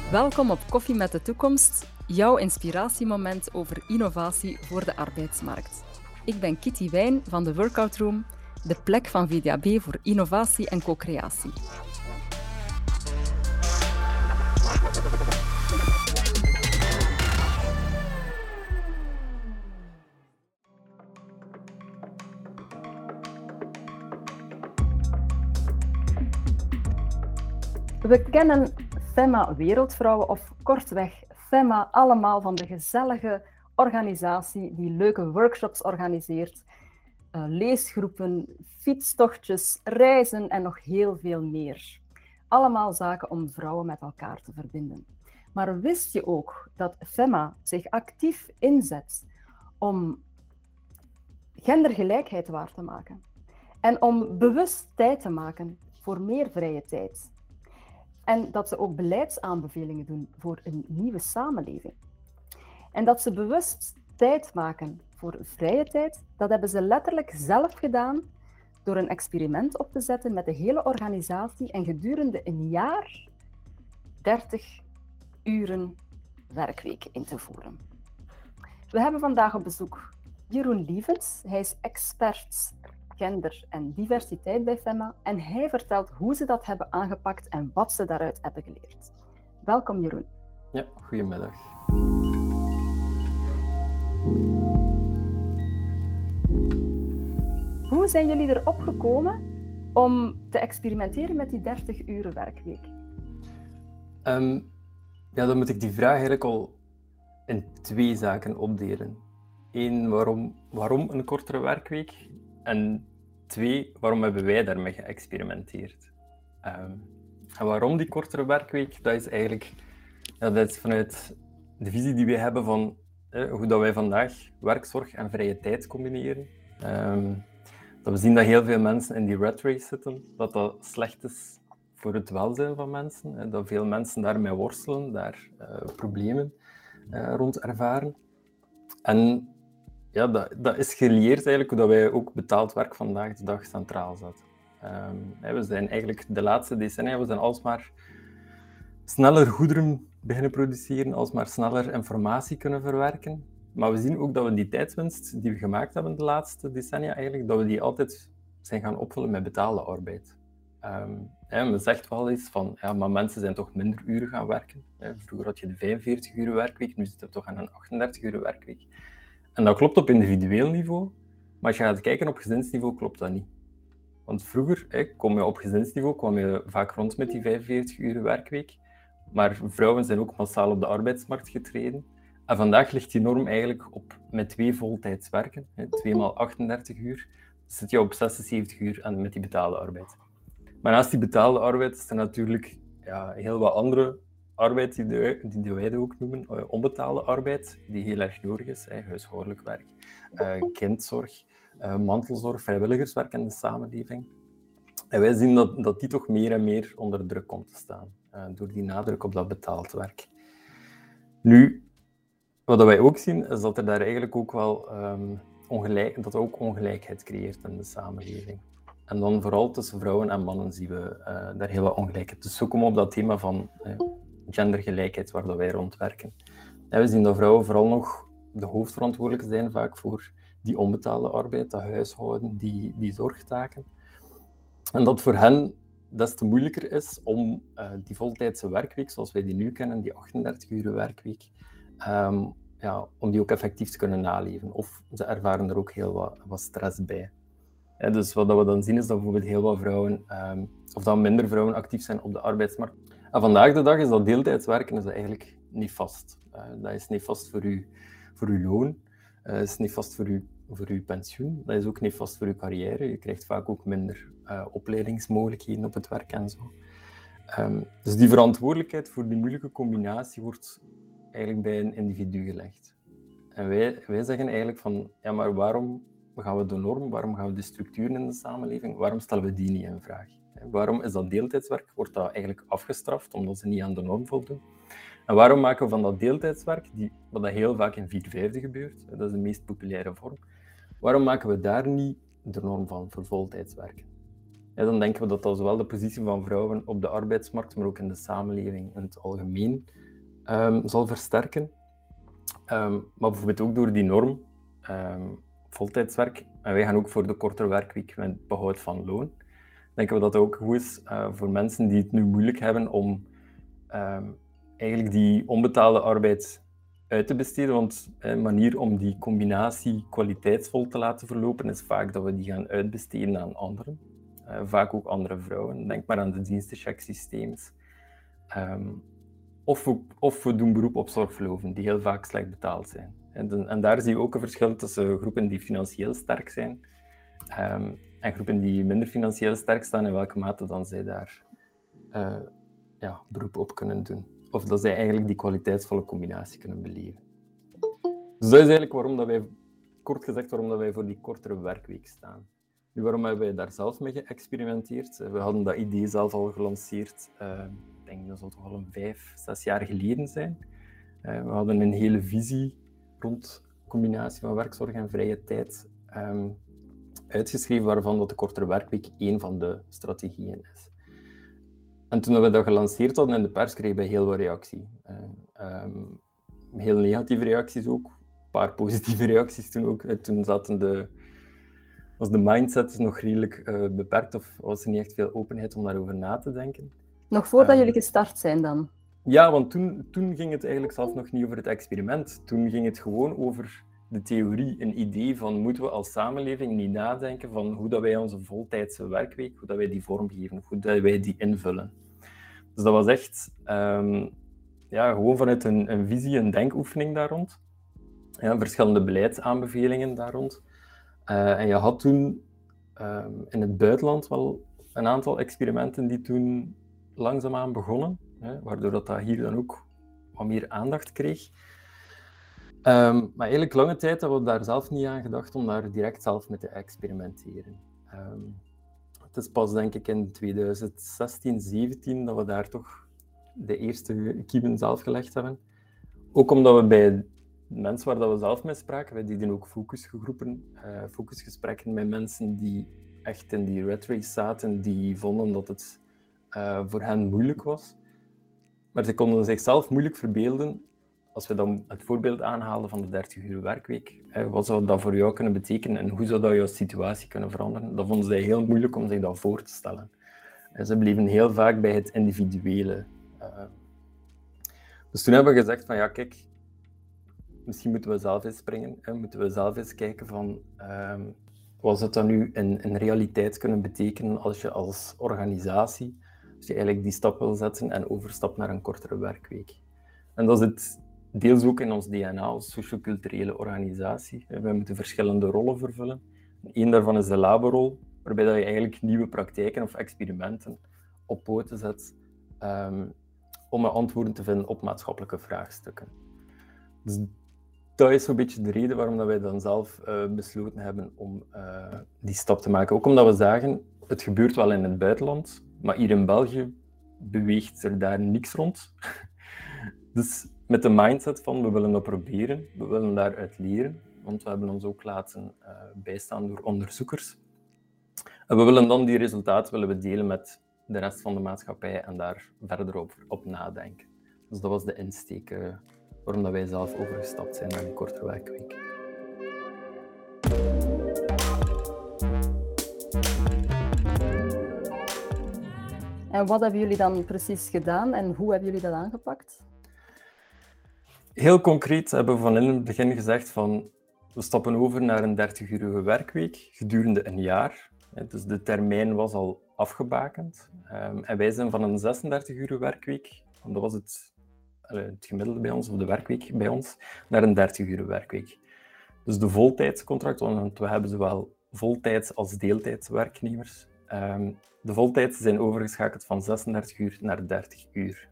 Welkom op Koffie met de Toekomst, jouw inspiratiemoment over innovatie voor de arbeidsmarkt. Ik ben Kitty Wijn van de Workout Room, de plek van VDAB voor innovatie en co-creatie. We kennen Femma Wereldvrouwen, of kortweg Femma, allemaal van de gezellige organisatie die leuke workshops organiseert, leesgroepen, fietstochtjes, reizen en nog heel veel meer. Allemaal zaken om vrouwen met elkaar te verbinden. Maar wist je ook dat Femma zich actief inzet om gendergelijkheid waar te maken en om bewust tijd te maken voor meer vrije tijd? En dat ze ook beleidsaanbevelingen doen voor een nieuwe samenleving. En dat ze bewust tijd maken voor vrije tijd, dat hebben ze letterlijk zelf gedaan door een experiment op te zetten met de hele organisatie en gedurende een jaar 30 uren werkweek in te voeren. We hebben vandaag op bezoek Jeroen Lievens. Hij is expert gender en diversiteit bij Femma en hij vertelt hoe ze dat hebben aangepakt en wat ze daaruit hebben geleerd. Welkom Jeroen. Ja, goedemiddag. Hoe zijn jullie erop gekomen om te experimenteren met die 30 uren werkweek? Dan moet ik die vraag eigenlijk al in twee zaken opdelen. Eén, waarom een kortere werkweek? En twee, waarom hebben wij daarmee geëxperimenteerd? En waarom die kortere werkweek? Dat is eigenlijk dat is vanuit de visie die wij hebben van hoe dat wij vandaag werkzorg en vrije tijd combineren. Dat we zien dat heel veel mensen in die rat race zitten, dat dat slecht is voor het welzijn van mensen, dat veel mensen daarmee worstelen, daar problemen rond ervaren. En ja, dat is geleerd eigenlijk hoe dat wij ook betaald werk vandaag de dag centraal zetten. We zijn eigenlijk de laatste decennia, we zijn alsmaar sneller goederen beginnen produceren, alsmaar sneller informatie kunnen verwerken. Maar we zien ook dat we die tijdswinst die we gemaakt hebben de laatste decennia eigenlijk, dat we die altijd zijn gaan opvullen met betaalde arbeid. Men zegt wel eens van, ja, maar mensen zijn toch minder uren gaan werken. Vroeger had je de 45 uur werkweek, nu zit het toch aan een 38 uur werkweek. En dat klopt op individueel niveau, maar als je gaat kijken op gezinsniveau, klopt dat niet. Want vroeger kwam je vaak rond met die 45 uur werkweek, maar vrouwen zijn ook massaal op de arbeidsmarkt getreden. En vandaag ligt die norm eigenlijk op met 2 voltijds werken, 2 maal 38 uur, dan zit je op 76 uur en met die betaalde arbeid. Maar naast die betaalde arbeid is er natuurlijk heel wat andere arbeid die wij ook noemen, onbetaalde arbeid, die heel erg nodig is. Huishoudelijk werk, kindzorg, mantelzorg, vrijwilligerswerk in de samenleving. En wij zien dat die toch meer en meer onder druk komt te staan, door die nadruk op dat betaald werk. Nu, wat wij ook zien, is dat er daar eigenlijk ook wel ongelijkheid creëert in de samenleving. En dan vooral tussen vrouwen en mannen zien we daar heel wat ongelijkheid. Dus zo komen we op dat thema van gendergelijkheid waar dat wij rond werken. En we zien dat vrouwen vooral nog de hoofdverantwoordelijke zijn vaak voor die onbetaalde arbeid, dat huishouden, die zorgtaken. En dat voor hen des te moeilijker is om die voltijdse werkweek, zoals wij die nu kennen, die 38 uur werkweek, om die ook effectief te kunnen naleven. Of ze ervaren er ook heel wat stress bij. Dus wat we dan zien is dat bijvoorbeeld heel wat vrouwen, of dat minder vrouwen actief zijn op de arbeidsmarkt. En vandaag de dag is dat deeltijds werken is dat eigenlijk niet vast. Dat is niet vast voor uw loon, dat is niet vast voor uw pensioen, dat is ook niet vast voor uw carrière. Je krijgt vaak ook minder opleidingsmogelijkheden op het werk en zo. Dus die verantwoordelijkheid voor die moeilijke combinatie wordt eigenlijk bij een individu gelegd. En wij zeggen eigenlijk van, ja, maar waarom gaan we de norm, waarom gaan we de structuren in de samenleving, waarom stellen we die niet in vraag? Waarom is dat deeltijdswerk? Wordt dat eigenlijk afgestraft omdat ze niet aan de norm voldoen? En waarom maken we van dat deeltijdswerk, wat dat heel vaak in 4/5 gebeurt, dat is de meest populaire vorm, waarom maken we daar niet de norm van voor voltijdswerken? Dan denken we dat zowel de positie van vrouwen op de arbeidsmarkt, maar ook in de samenleving in het algemeen zal versterken. Maar bijvoorbeeld ook door die norm, voltijdswerk. En wij gaan ook voor de kortere werkweek met behoud van loon. Denken we dat het ook goed is voor mensen die het nu moeilijk hebben om eigenlijk die onbetaalde arbeid uit te besteden. Want een manier om die combinatie kwaliteitsvol te laten verlopen is vaak dat we die gaan uitbesteden aan anderen. Vaak ook andere vrouwen. Denk maar aan de dienstenchecksysteems. Of we doen beroep op zorgverloven, die heel vaak slecht betaald zijn. En daar zie je ook een verschil tussen groepen die financieel sterk zijn en groepen die minder financieel sterk staan, in welke mate dan zij daar beroep op kunnen doen. Of dat zij eigenlijk die kwaliteitsvolle combinatie kunnen beleven. Dus dat is eigenlijk waarom dat wij, kort gezegd, waarom dat wij voor die kortere werkweek staan. Nu, waarom hebben wij daar zelf mee geëxperimenteerd? We hadden dat idee zelf al gelanceerd, ik denk dat het toch al 5-6 jaar geleden zijn. We hadden een hele visie rond combinatie van werkzorg en vrije tijd uitgeschreven, waarvan dat de kortere werkweek één van de strategieën is. En toen we dat gelanceerd hadden in de pers, kregen we heel veel reactie. Heel negatieve reacties ook, een paar positieve reacties toen ook. Toen was de mindset nog redelijk beperkt, of was er niet echt veel openheid om daarover na te denken. Nog voordat jullie gestart zijn dan? Ja, want toen ging het eigenlijk zelf nog niet over het experiment. Toen ging het gewoon over de theorie, een idee van moeten we als samenleving niet nadenken van hoe dat wij onze voltijdse werkweek, hoe dat wij die vormgeven, hoe dat wij die invullen. Dus dat was echt gewoon vanuit een visie, een denkoefening daar rond. Ja, verschillende beleidsaanbevelingen daar rond. En je had toen in het buitenland wel een aantal experimenten die toen langzaamaan begonnen, waardoor dat hier dan ook wat meer aandacht kreeg. Maar eigenlijk lange tijd hebben we daar zelf niet aan gedacht om daar direct zelf mee te experimenteren. Het is pas denk ik in 2016, 2017 dat we daar toch de eerste kiemen zelf gelegd hebben. Ook omdat we bij mensen waar dat we zelf mee spraken, wij deden ook focusgesprekken met mensen die echt in die rat race zaten, die vonden dat het voor hen moeilijk was. Maar ze konden zichzelf moeilijk verbeelden, als we dan het voorbeeld aanhalen van de 30-uur werkweek. Wat zou dat voor jou kunnen betekenen en hoe zou dat jouw situatie kunnen veranderen? Dat vonden zij heel moeilijk om zich dat voor te stellen. Ze bleven heel vaak bij het individuele. Dus toen hebben we gezegd van ja, kijk, misschien moeten we zelf eens springen. Moeten we zelf eens kijken van wat zou dat nu in realiteit kunnen betekenen als je als organisatie, als je eigenlijk die stap wil zetten en overstapt naar een kortere werkweek. En dat zit deels ook in ons DNA als socioculturele organisatie. We moeten verschillende rollen vervullen. Eén daarvan is de laborrol, waarbij je eigenlijk nieuwe praktijken of experimenten op poten zet om antwoorden te vinden op maatschappelijke vraagstukken. Dus dat is zo'n beetje de reden waarom wij dan zelf besloten hebben om die stap te maken. Ook omdat we zagen, het gebeurt wel in het buitenland, maar hier in België beweegt er daar niks rond. Dus met de mindset van we willen dat proberen, we willen daaruit leren, want we hebben ons ook laten bijstaan door onderzoekers. En we willen dan die resultaten delen met de rest van de maatschappij en daar verder op nadenken. Dus dat was de insteek waarom dat wij zelf overgestapt zijn naar die kortere werkweek. En wat hebben jullie dan precies gedaan en hoe hebben jullie dat aangepakt? Heel concreet hebben we van in het begin gezegd van we stappen over naar een 30-urige werkweek gedurende een jaar. Dus de termijn was al afgebakend. En wij zijn van een 36-urige werkweek, want dat was het gemiddelde bij ons, of de werkweek bij ons, naar een 30-urige werkweek. Dus de voltijdscontract, want we hebben zowel voltijds als deeltijds werknemers. De voltijds zijn overgeschakeld van 36 uur naar 30 uur.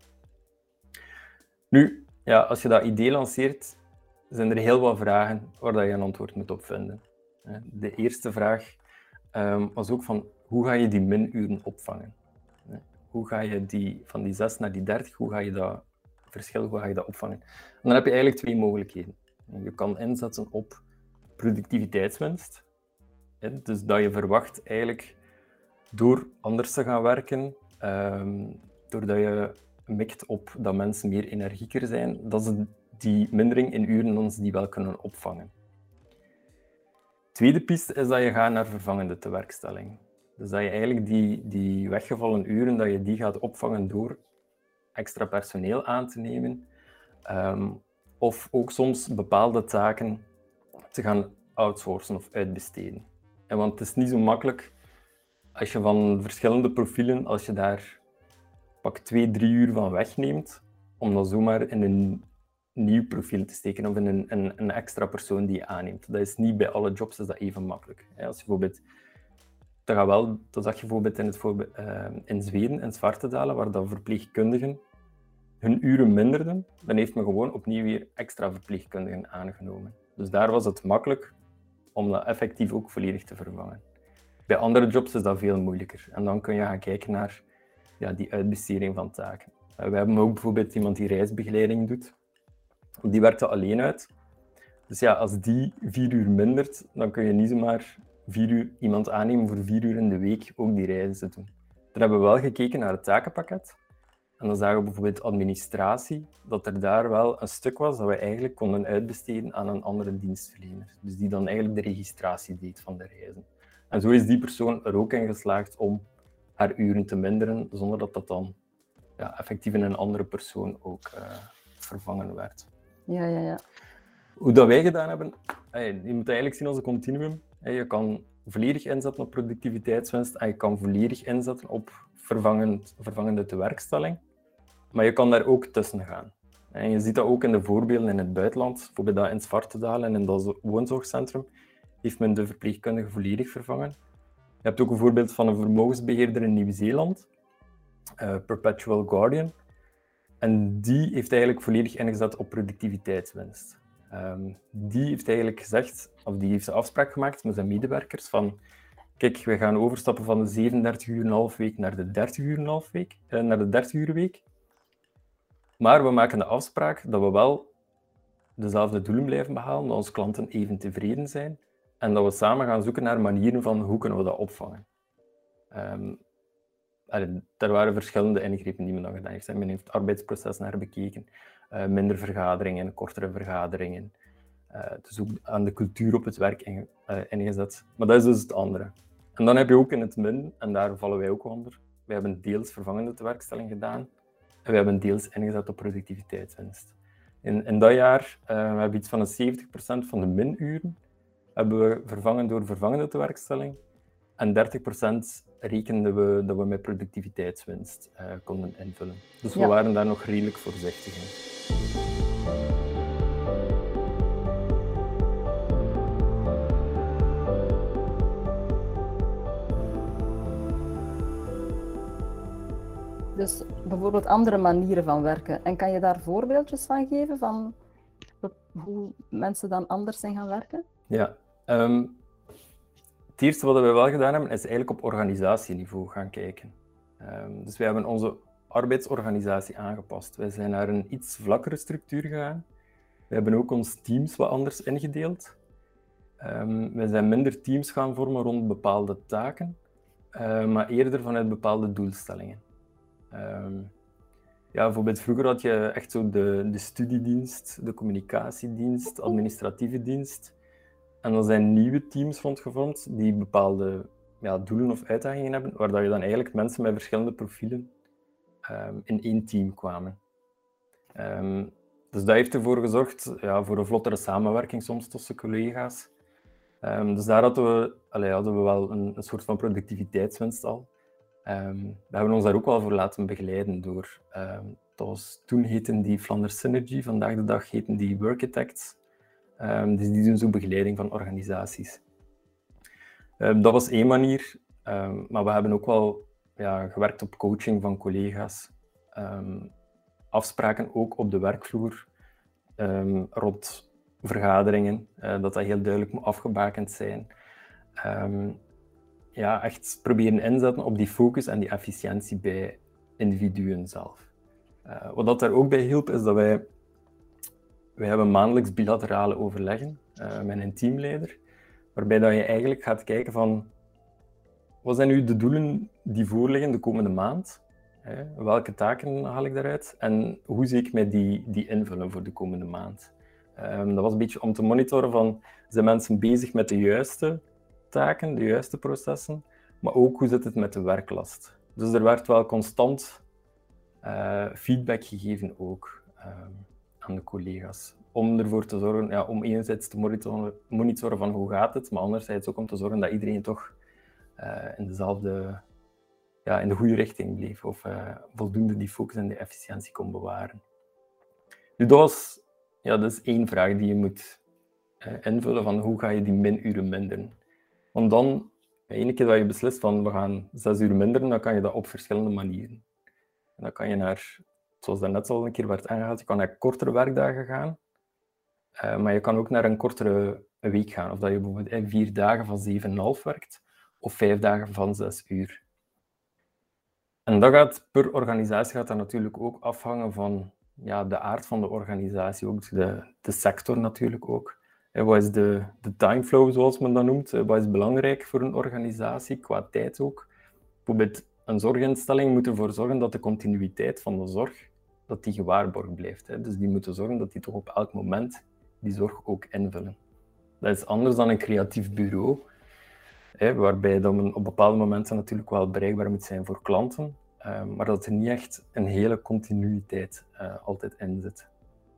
Nu, ja, als je dat idee lanceert, zijn er heel wat vragen waar je een antwoord moet op vinden. De eerste vraag was ook van, hoe ga je die minuren opvangen? Hoe ga je van die 6 naar die 30, hoe ga je dat verschil, hoe ga je dat opvangen? En dan heb je eigenlijk twee mogelijkheden. Je kan inzetten op productiviteitswinst. Dus dat je verwacht eigenlijk door anders te gaan werken, doordat je mikt op dat mensen meer energieker zijn, dat ze die mindering in uren ons die wel kunnen opvangen. Tweede piste is dat je gaat naar vervangende tewerkstelling. Dus dat je eigenlijk die weggevallen uren, dat je die gaat opvangen door extra personeel aan te nemen. Of ook soms bepaalde taken te gaan outsourcen of uitbesteden. En want het is niet zo makkelijk als je van verschillende profielen, als je daar pak 2-3 uur van wegneemt, om dat zomaar in een nieuw profiel te steken of in een extra persoon die je aanneemt. Dat is niet bij alle jobs is dat even makkelijk. Als je bijvoorbeeld, dat zag je bijvoorbeeld in Zweden, in Svartedalen, waar dat verpleegkundigen hun uren minderden, dan heeft men gewoon opnieuw weer extra verpleegkundigen aangenomen. Dus daar was het makkelijk om dat effectief ook volledig te vervangen. Bij andere jobs is dat veel moeilijker. En dan kun je gaan kijken naar die uitbesteding van taken. We hebben ook bijvoorbeeld iemand die reisbegeleiding doet. Die werkt dat alleen uit. Dus ja, als die 4 uur mindert, dan kun je niet zomaar 4 uur iemand aannemen voor 4 uur in de week ook die reizen te doen. Daar hebben we wel gekeken naar het takenpakket. En dan zagen we bijvoorbeeld administratie, dat er daar wel een stuk was dat we eigenlijk konden uitbesteden aan een andere dienstverlener. Dus die dan eigenlijk de registratie deed van de reizen. En zo is die persoon er ook in geslaagd om haar uren te minderen, zonder dat dat dan effectief in een andere persoon ook vervangen werd. Ja. Hoe dat wij gedaan hebben, je moet eigenlijk zien als een continuum. Je kan volledig inzetten op productiviteitswinst en je kan volledig inzetten op vervangende tewerkstelling. Maar je kan daar ook tussen gaan. En je ziet dat ook in de voorbeelden in het buitenland. Bijvoorbeeld dat in Svartedalen en in dat woonzorgcentrum heeft men de verpleegkundige volledig vervangen. Je hebt ook een voorbeeld van een vermogensbeheerder in Nieuw-Zeeland, Perpetual Guardian. En die heeft eigenlijk volledig ingezet op productiviteitswinst. Die heeft eigenlijk gezegd, of die heeft een afspraak gemaakt met zijn medewerkers van kijk, we gaan overstappen van de 37,5 week naar de 30,5 week, naar de 30 uur week. Maar we maken de afspraak dat we wel dezelfde doelen blijven behalen, dat onze klanten even tevreden zijn en dat we samen gaan zoeken naar manieren van hoe kunnen we dat opvangen. Er waren verschillende ingrepen die men dan gedaan heeft. Men heeft het arbeidsproces naar bekeken, minder vergaderingen, kortere vergaderingen. Dus ook aan de cultuur op het werk ingezet. Maar dat is dus het andere. En dan heb je ook in het midden, en daar vallen wij ook onder, wij hebben deels vervangende tewerkstelling gedaan en we hebben deels ingezet op productiviteitswinst. In dat jaar hebben we iets van een 70% van de minuren hebben we vervangen door vervangende tewerkstelling en 30% rekenden we dat we met productiviteitswinst konden invullen. Dus we waren daar nog redelijk voorzichtig in. Dus bijvoorbeeld andere manieren van werken. En kan je daar voorbeeldjes van geven van hoe mensen dan anders zijn gaan werken? Ja. Het eerste wat we wel gedaan hebben, is eigenlijk op organisatieniveau gaan kijken. Dus wij hebben onze arbeidsorganisatie aangepast. Wij zijn naar een iets vlakkere structuur gegaan. We hebben ook onze teams wat anders ingedeeld. Wij zijn minder teams gaan vormen rond bepaalde taken, maar eerder vanuit bepaalde doelstellingen. Bijvoorbeeld vroeger had je echt zo de studiedienst, de communicatiedienst, administratieve dienst. En dan zijn nieuwe teams rondgevormd die bepaalde doelen of uitdagingen hebben, waar dat je dan eigenlijk mensen met verschillende profielen in één team kwamen. Dus dat heeft ervoor gezorgd voor een vlottere samenwerking soms tussen collega's. Dus daar hadden we wel een soort van productiviteitswinst al. We hebben ons daar ook wel voor laten begeleiden door, toen heten die Flanders Synergy, vandaag de dag heten die Workitects. Dus die doen zo begeleiding van organisaties. Dat was één manier, maar we hebben ook wel gewerkt op coaching van collega's. Afspraken ook op de werkvloer rond vergaderingen, dat heel duidelijk moet afgebakend zijn. Echt proberen inzetten op die focus en die efficiëntie bij individuen zelf. Wat dat daar ook bij hielp, is dat wij hebben maandelijks bilaterale overleggen met een teamleider, waarbij dat je eigenlijk gaat kijken van wat zijn nu de doelen die voorliggen de komende maand? Welke taken haal ik daaruit? En hoe zie ik mij die invullen voor de komende maand? Dat was een beetje om te monitoren van, zijn mensen bezig met de juiste taken, de juiste processen, maar ook hoe zit het met de werklast? Dus er werd wel constant feedback gegeven ook aan de collega's. Om ervoor te zorgen, om enerzijds te monitoren van hoe gaat het, maar anderzijds ook om te zorgen dat iedereen toch in de goede richting bleef, of voldoende die focus en de efficiëntie kon bewaren. Nu, dat is één vraag die je moet invullen, van hoe ga je die minuren minderen. Want dan, ene keer dat je beslist van we gaan 6 uur minderen, dan kan je dat op verschillende manieren. En dan kan je naar, zoals dat net al een keer werd aangehaald, je kan naar kortere werkdagen gaan, maar je kan ook naar een kortere week gaan. Of dat je bijvoorbeeld 4 dagen van 7,5 werkt, of 5 dagen van 6 uur. En dat gaat per organisatie natuurlijk ook afhangen van de aard van de organisatie, ook de sector natuurlijk ook. Wat is de timeflow, zoals men dat noemt? Wat is belangrijk voor een organisatie, qua tijd ook? Bijvoorbeeld een zorginstelling moet ervoor zorgen dat de continuïteit van de zorg dat die gewaarborgd blijft. Dus die moeten zorgen dat die toch op elk moment die zorg ook invullen. Dat is anders dan een creatief bureau, waarbij dat men op bepaalde momenten natuurlijk wel bereikbaar moet zijn voor klanten, maar dat er niet echt een hele continuïteit altijd in zit.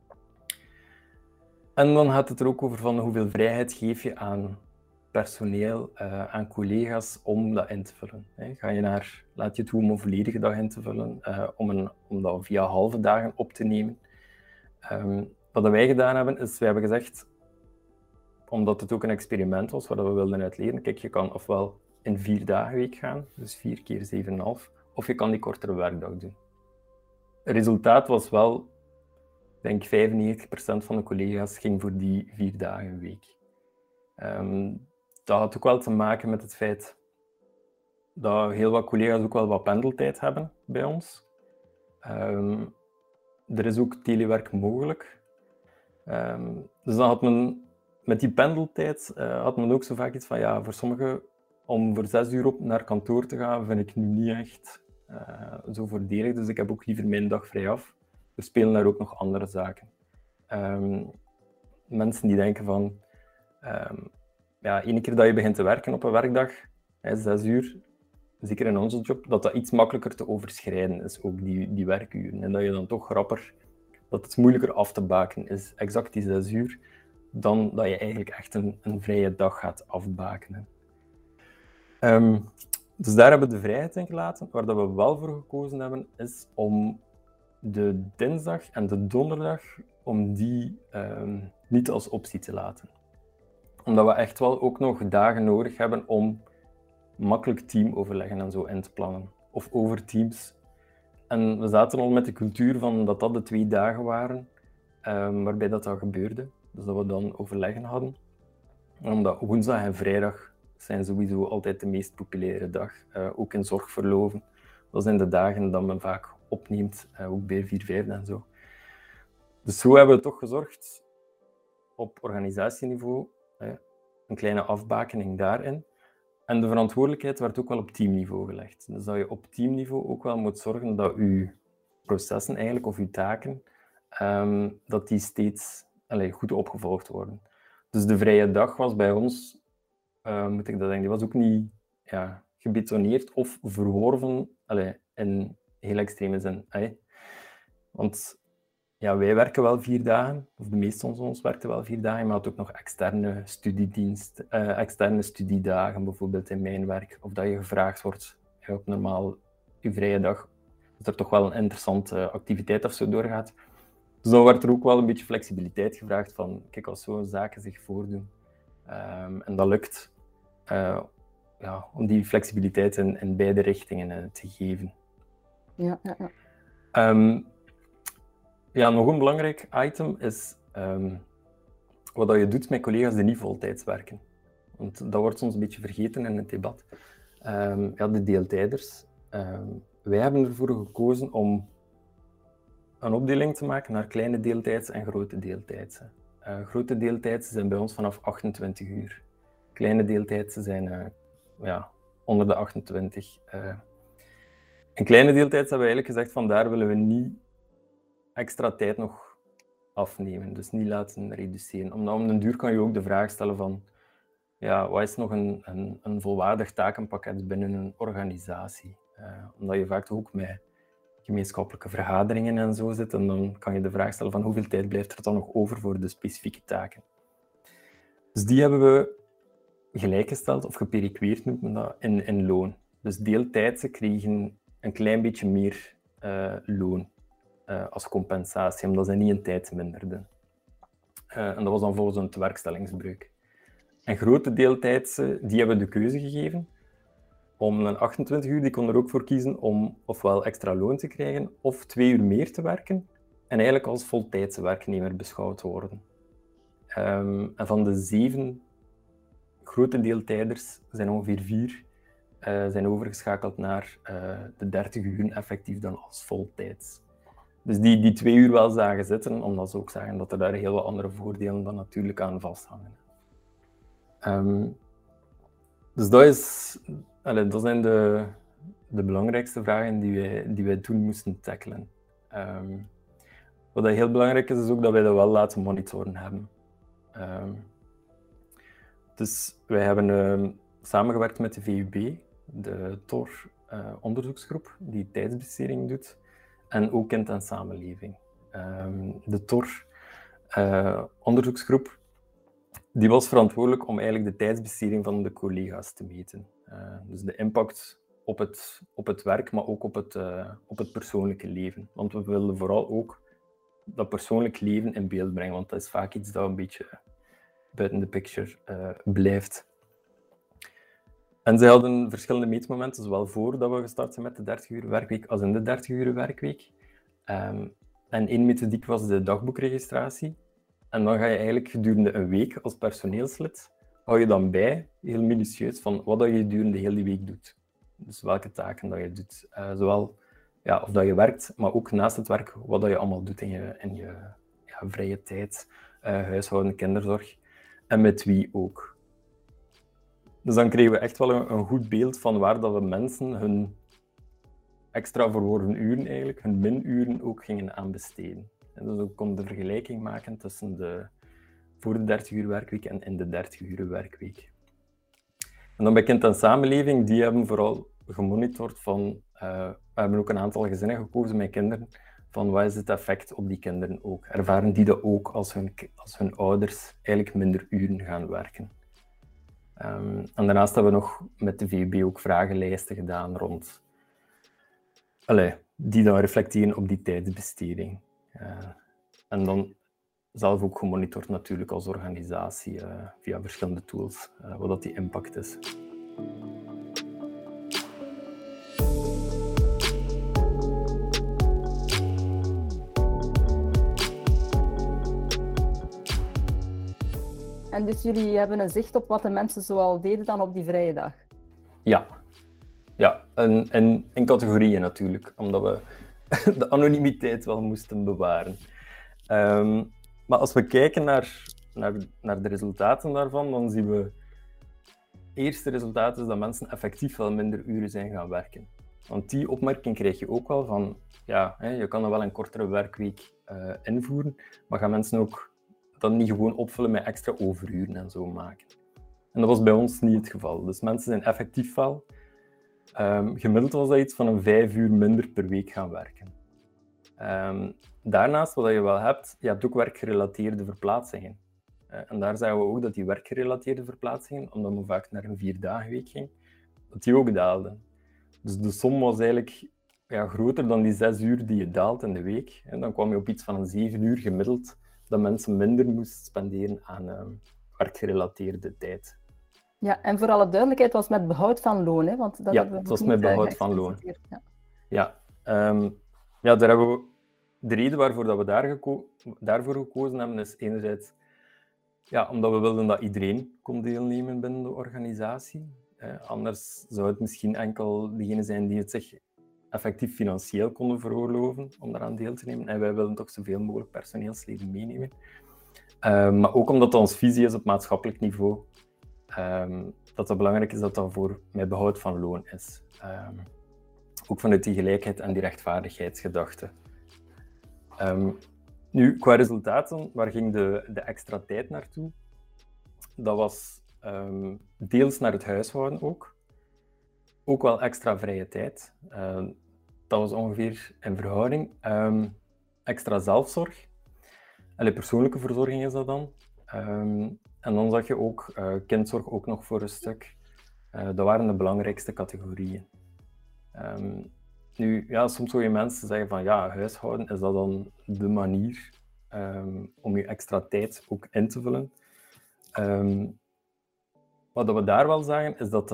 En dan gaat het er ook over van hoeveel vrijheid geef je aan personeel, aan collega's om dat in te vullen. Laat je het toe om een volledige dag in te vullen, om dat via halve dagen op te nemen. Wat wij gedaan hebben, is wij hebben gezegd, omdat het ook een experiment was, waar we wilden uitleren, kijk, je kan ofwel in 4 dagen week gaan, dus 4 keer 7,5, of je kan die kortere werkdag doen. Het resultaat was wel, ik denk 95% van de collega's ging voor die 4 dagen week. Dat had ook wel te maken met het feit dat heel wat collega's ook wel wat pendeltijd hebben bij ons. Er is ook telewerk mogelijk. Dus dan had men met die pendeltijd had men ook zo vaak iets van, voor sommigen om voor 6 uur op naar kantoor te gaan, vind ik nu niet echt zo voordelig. Dus ik heb ook liever mijn dag vrij af. Er spelen daar ook nog andere zaken. Mensen die denken van, ene keer dat je begint te werken op een werkdag, 6 uur, zeker in onze job, dat iets makkelijker te overschrijden is, ook die werkuren. En dat je dan toch rapper, dat het moeilijker af te baken is, exact die 6 uur, dan dat je eigenlijk echt een vrije dag gaat afbakenen. Dus daar hebben we de vrijheid in gelaten. Waar dat we wel voor gekozen hebben, is om de dinsdag en de donderdag, om die niet als optie te laten. Omdat we echt wel ook nog dagen nodig hebben om makkelijk teamoverleggen en zo in te plannen. Of over Teams. En we zaten al met de cultuur van dat de 2 dagen waren, waarbij dat gebeurde. Dus dat we dan overleggen hadden. Omdat woensdag en vrijdag zijn sowieso altijd de meest populaire dag. Ook in zorgverloven. Dat zijn de dagen dat men vaak opneemt, ook bij 4/5 en zo. Dus zo hebben we toch gezorgd, op organisatieniveau, een kleine afbakening daarin. En de verantwoordelijkheid werd ook wel op teamniveau gelegd. Dus dat je op teamniveau ook wel moet zorgen dat je processen eigenlijk, of je taken, dat die steeds goed opgevolgd worden. Dus de vrije dag was bij ons, moet ik dat zeggen, die was ook niet gebetoneerd of verworven in heel extreme zin. Want wij werken wel 4 dagen, of de meeste van ons werkten wel 4 dagen, maar had ook nog externe externe studiedagen, bijvoorbeeld in mijn werk, of dat je gevraagd wordt op normaal je vrije dag, dat er toch wel een interessante activiteit of zo doorgaat. Dus dan werd er ook wel een beetje flexibiliteit gevraagd van, kijk, als zo'n zaken zich voordoen, en dat lukt, om die flexibiliteit in beide richtingen te geven. Nog een belangrijk item is wat je doet met collega's die niet voltijds werken. Want dat wordt soms een beetje vergeten in het debat. De deeltijders. Wij hebben ervoor gekozen om een opdeling te maken naar kleine deeltijdse en grote deeltijdse. Grote deeltijdse zijn bij ons vanaf 28 uur. Kleine deeltijdse zijn onder de 28. Een kleine deeltijd hebben we eigenlijk gezegd van daar willen we niet extra tijd nog afnemen, dus niet laten reduceren. Omdat om den duur kan je ook de vraag stellen van ja, wat is nog een volwaardig takenpakket binnen een organisatie? Omdat je vaak ook met gemeenschappelijke vergaderingen en zo zit, en dan kan je de vraag stellen van hoeveel tijd blijft er dan nog over voor de specifieke taken. Dus die hebben we gelijkgesteld, of geperiqueerd noemt men dat, in loon. Dus deeltijdse kregen een klein beetje meer loon als compensatie, omdat ze niet een tijd minderden. En dat was dan volgens een tewerkstellingsbreuk. En grote deeltijdse, die hebben de keuze gegeven om een 28 uur, die kon er ook voor kiezen om ofwel extra loon te krijgen, of 2 uur meer te werken, en eigenlijk als voltijdse werknemer beschouwd te worden. En van de 7 grote deeltijders zijn ongeveer 4 zijn overgeschakeld naar de 30 uur effectief dan als voltijds. Dus die 2 uur wel zagen zitten, omdat ze ook zagen dat er daar heel wat andere voordelen dan natuurlijk aan vasthangen. Dus dat zijn de belangrijkste vragen die wij toen moesten tackelen. Wat heel belangrijk is, is ook dat wij dat wel laten monitoren hebben. Dus wij hebben samengewerkt met de VUB, de TOR-onderzoeksgroep, die tijdsbesteding doet, en ook Kind en Samenleving. De TOR-onderzoeksgroep die was verantwoordelijk om eigenlijk de tijdsbesteding van de collega's te meten. Dus de impact op het werk, maar ook op het persoonlijke leven. Want we willen vooral ook dat persoonlijk leven in beeld brengen, want dat is vaak iets dat een beetje buiten de picture blijft. En zij hadden verschillende meetmomenten, zowel voordat we gestart zijn met de 30-uur werkweek als in de 30-uur werkweek. En één methodiek was de dagboekregistratie. En dan ga je eigenlijk gedurende een week als personeelslid, hou je dan bij, heel minutieus, van wat je gedurende heel die week doet. Dus welke taken dat je doet. Zowel of dat je werkt, maar ook naast het werk, wat je allemaal doet in je vrije tijd, huishouden, kinderzorg, en met wie ook. Dus dan kregen we echt wel een goed beeld van waar dat we mensen hun extra verworven uren eigenlijk, hun minuren ook gingen aanbesteden. En dus we konden de vergelijking maken tussen voor de 30-uur werkweek en in de 30-uur werkweek. En dan bij Kind en Samenleving, die hebben vooral gemonitord van, we hebben ook een aantal gezinnen gekozen met kinderen, van wat is het effect op die kinderen ook. Ervaren die dat ook als hun ouders eigenlijk minder uren gaan werken. En daarnaast hebben we nog met de VUB ook vragenlijsten gedaan rond, die dan reflecteren op die tijdsbesteding. En dan zelf ook gemonitord natuurlijk als organisatie via verschillende tools, wat dat die impact is. En dus jullie hebben een zicht op wat de mensen zoal deden dan op die vrije dag? Ja, en in categorieën natuurlijk, omdat we de anonimiteit wel moesten bewaren. Maar als we kijken naar de resultaten daarvan, dan zien we... Het eerste resultaat is dat mensen effectief wel minder uren zijn gaan werken. Want die opmerking krijg je ook wel van... je kan dan wel een kortere werkweek invoeren, maar gaan mensen ook dat niet gewoon opvullen met extra overuren en zo maken. En dat was bij ons niet het geval. Dus mensen zijn effectief wel... gemiddeld was dat iets van een 5 uur minder per week gaan werken. Daarnaast, wat je wel hebt, je hebt ook werkgerelateerde verplaatsingen. En daar zagen we ook dat die werkgerelateerde verplaatsingen, omdat men vaak naar een 4-dagenweek ging, dat die ook daalden. Dus de som was eigenlijk groter dan die 6 uur die je daalt in de week. En dan kwam je op iets van een 7 uur gemiddeld, dat mensen minder moesten spenderen aan werkgerelateerde tijd. Ja, en voor alle duidelijkheid was met behoud van loon, hè? Want dat hebben we het was met behoud van loon. Daar hebben we... De reden waarvoor dat we daarvoor gekozen hebben, is enerzijds omdat we wilden dat iedereen kon deelnemen binnen de organisatie. Anders zou het misschien enkel degenen zijn die het zich effectief financieel konden veroorloven om daaraan deel te nemen. En wij willen toch zoveel mogelijk personeelsleden meenemen. Maar ook omdat het onze visie is op maatschappelijk niveau, dat het belangrijk is dat dat met behoud van loon is. Ook vanuit die gelijkheid en die rechtvaardigheidsgedachte. Nu, qua resultaten, waar ging de extra tijd naartoe? Dat was deels naar het huishouden ook. Ook wel extra vrije tijd. Dat was ongeveer in verhouding. Extra zelfzorg. Persoonlijke verzorging is dat dan. En dan zag je ook kindzorg ook nog voor een stuk. Dat waren de belangrijkste categorieën. Nu, ja, soms hoor je mensen zeggen van ja, huishouden, is dat dan de manier om je extra tijd ook in te vullen? Wat we daar wel zagen, is dat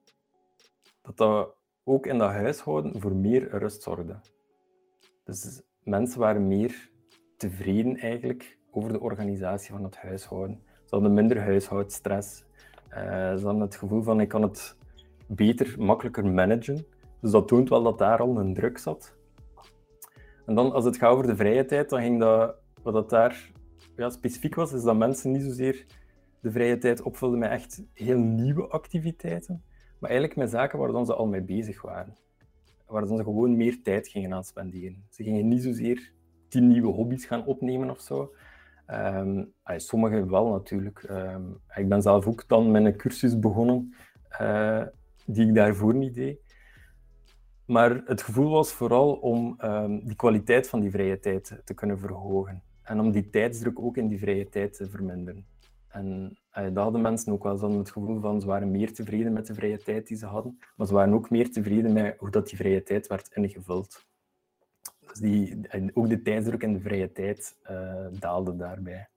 ook in dat huishouden voor meer rust zorgde. Dus mensen waren meer tevreden eigenlijk over de organisatie van het huishouden. Ze hadden minder huishoudstress. Ze hadden het gevoel van ik kan het beter, makkelijker managen. Dus dat toont wel dat daar al een druk zat. En dan als het gaat over de vrije tijd, dan ging dat, wat dat daar specifiek was, is dat mensen niet zozeer de vrije tijd opvulden met echt heel nieuwe activiteiten, maar eigenlijk met zaken waar ze al mee bezig waren. Waar ze gewoon meer tijd gingen aan spenderen. Ze gingen niet zozeer 10 nieuwe hobby's gaan opnemen of zo. Sommigen wel natuurlijk. Ik ben zelf ook dan met een cursus begonnen die ik daarvoor niet deed. Maar het gevoel was vooral om die kwaliteit van die vrije tijd te kunnen verhogen. En om die tijdsdruk ook in die vrije tijd te verminderen. En dat hadden mensen ook wel. Ze hadden het gevoel van, ze waren meer tevreden met de vrije tijd die ze hadden. Maar ze waren ook meer tevreden met hoe dat die vrije tijd werd ingevuld. Dus ook de tijdsdruk en de vrije tijd daalde daarbij.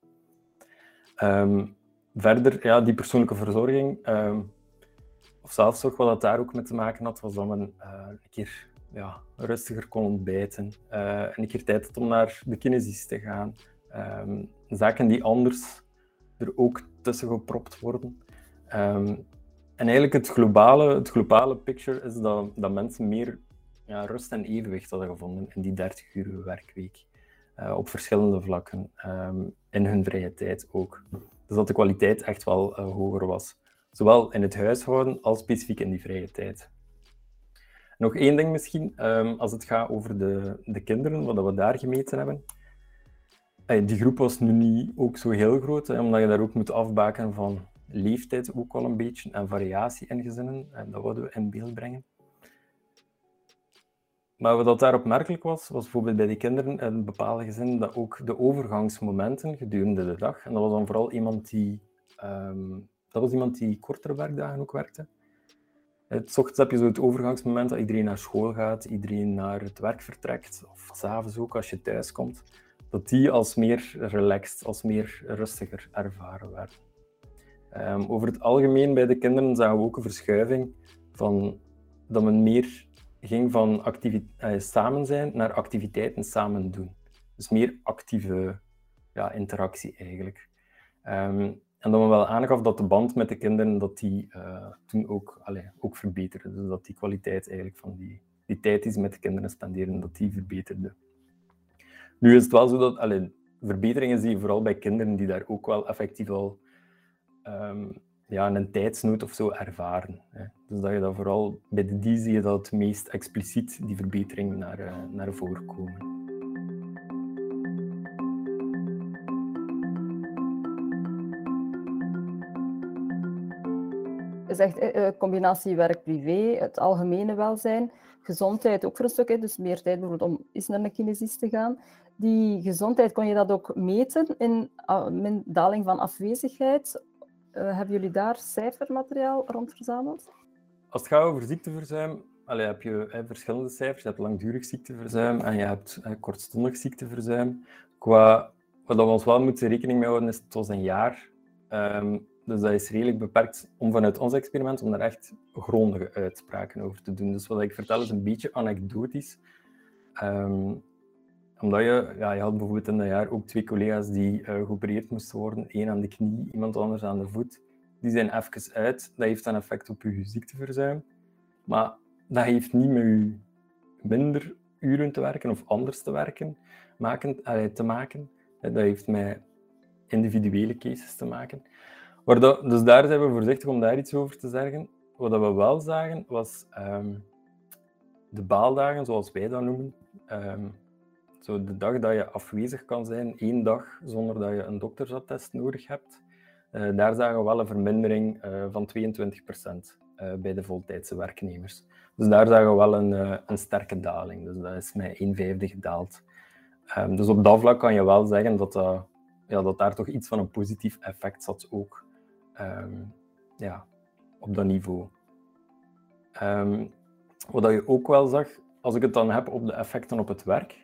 Verder, ja, die persoonlijke verzorging, of zelfzorg, wat dat daar ook mee te maken had, was dat men een keer rustiger kon ontbijten. Een keer tijd had om naar de kinesist te gaan. Zaken die anders er ook tussen gepropt worden. En eigenlijk het globale picture is dat mensen meer rust en evenwicht hadden gevonden in die 30-uurige werkweek. Op verschillende vlakken. In hun vrije tijd ook. Dus dat de kwaliteit echt wel hoger was. Zowel in het huishouden als specifiek in die vrije tijd. Nog één ding misschien, als het gaat over de kinderen, wat we daar gemeten hebben. Die groep was nu niet ook zo heel groot, omdat je daar ook moet afbaken van leeftijd ook wel een beetje en variatie in gezinnen. Dat wilden we in beeld brengen. Maar wat daar opmerkelijk was bijvoorbeeld bij die kinderen in een bepaalde gezin dat ook de overgangsmomenten gedurende de dag, en dat was dan vooral iemand die kortere werkdagen ook werkte. 's ochtends heb je zo het overgangsmoment dat iedereen naar school gaat, iedereen naar het werk vertrekt, of 's avonds ook als je thuis komt, dat die als meer relaxed, als meer rustiger ervaren werden. Over het algemeen bij de kinderen zagen we ook een verschuiving van dat men meer ging van samen zijn naar activiteiten samen doen. Dus meer actieve interactie eigenlijk. En dat men wel aangaf dat de band met de kinderen dat die toen ook verbeterde. Dus dat die kwaliteit eigenlijk van die tijd die ze met de kinderen spenderen, dat die verbeterde. Nu is het wel zo dat verbeteringen zie je vooral bij kinderen die daar ook wel effectief al een tijdsnood of zo ervaren. Hè. Dus dat je dat vooral bij die zie je dat het meest expliciet die verbeteringen naar voren komen. Het is echt combinatie werk-privé, het algemene welzijn, gezondheid ook voor een stuk, dus meer tijd bijvoorbeeld om eens naar een kinesist te gaan. Die gezondheid, kon je dat ook meten in daling van afwezigheid? Hebben jullie daar cijfermateriaal rond verzameld? Als het gaat over ziekteverzuim, heb je verschillende cijfers. Je hebt langdurig ziekteverzuim en je hebt kortstondig ziekteverzuim. Wat we ons wel moeten rekening mee houden, is het was een jaar. Dus dat is redelijk beperkt om vanuit ons experiment om daar echt grondige uitspraken over te doen. Dus wat ik vertel is een beetje anekdotisch. Omdat je had bijvoorbeeld in dat jaar ook 2 collega's die geopereerd moesten worden. Eén aan de knie, iemand anders aan de voet. Die zijn even uit. Dat heeft een effect op je ziekteverzuim. Maar dat heeft niet met je minder uren te werken of anders te werken te maken. Dat heeft met individuele cases te maken. Dus daar zijn we voorzichtig om daar iets over te zeggen. Wat we wel zagen was de baaldagen, zoals wij dat noemen, zo de dag dat je afwezig kan zijn, 1 dag zonder dat je een doktersattest nodig hebt, daar zagen we wel een vermindering van 22% bij de voltijdse werknemers. Dus daar zagen we wel een sterke daling. Dus dat is met 1/5 gedaald. Dus op dat vlak kan je wel zeggen dat daar toch iets van een positief effect zat ook op dat niveau. Wat je ook wel zag, als ik het dan heb op de effecten op het werk,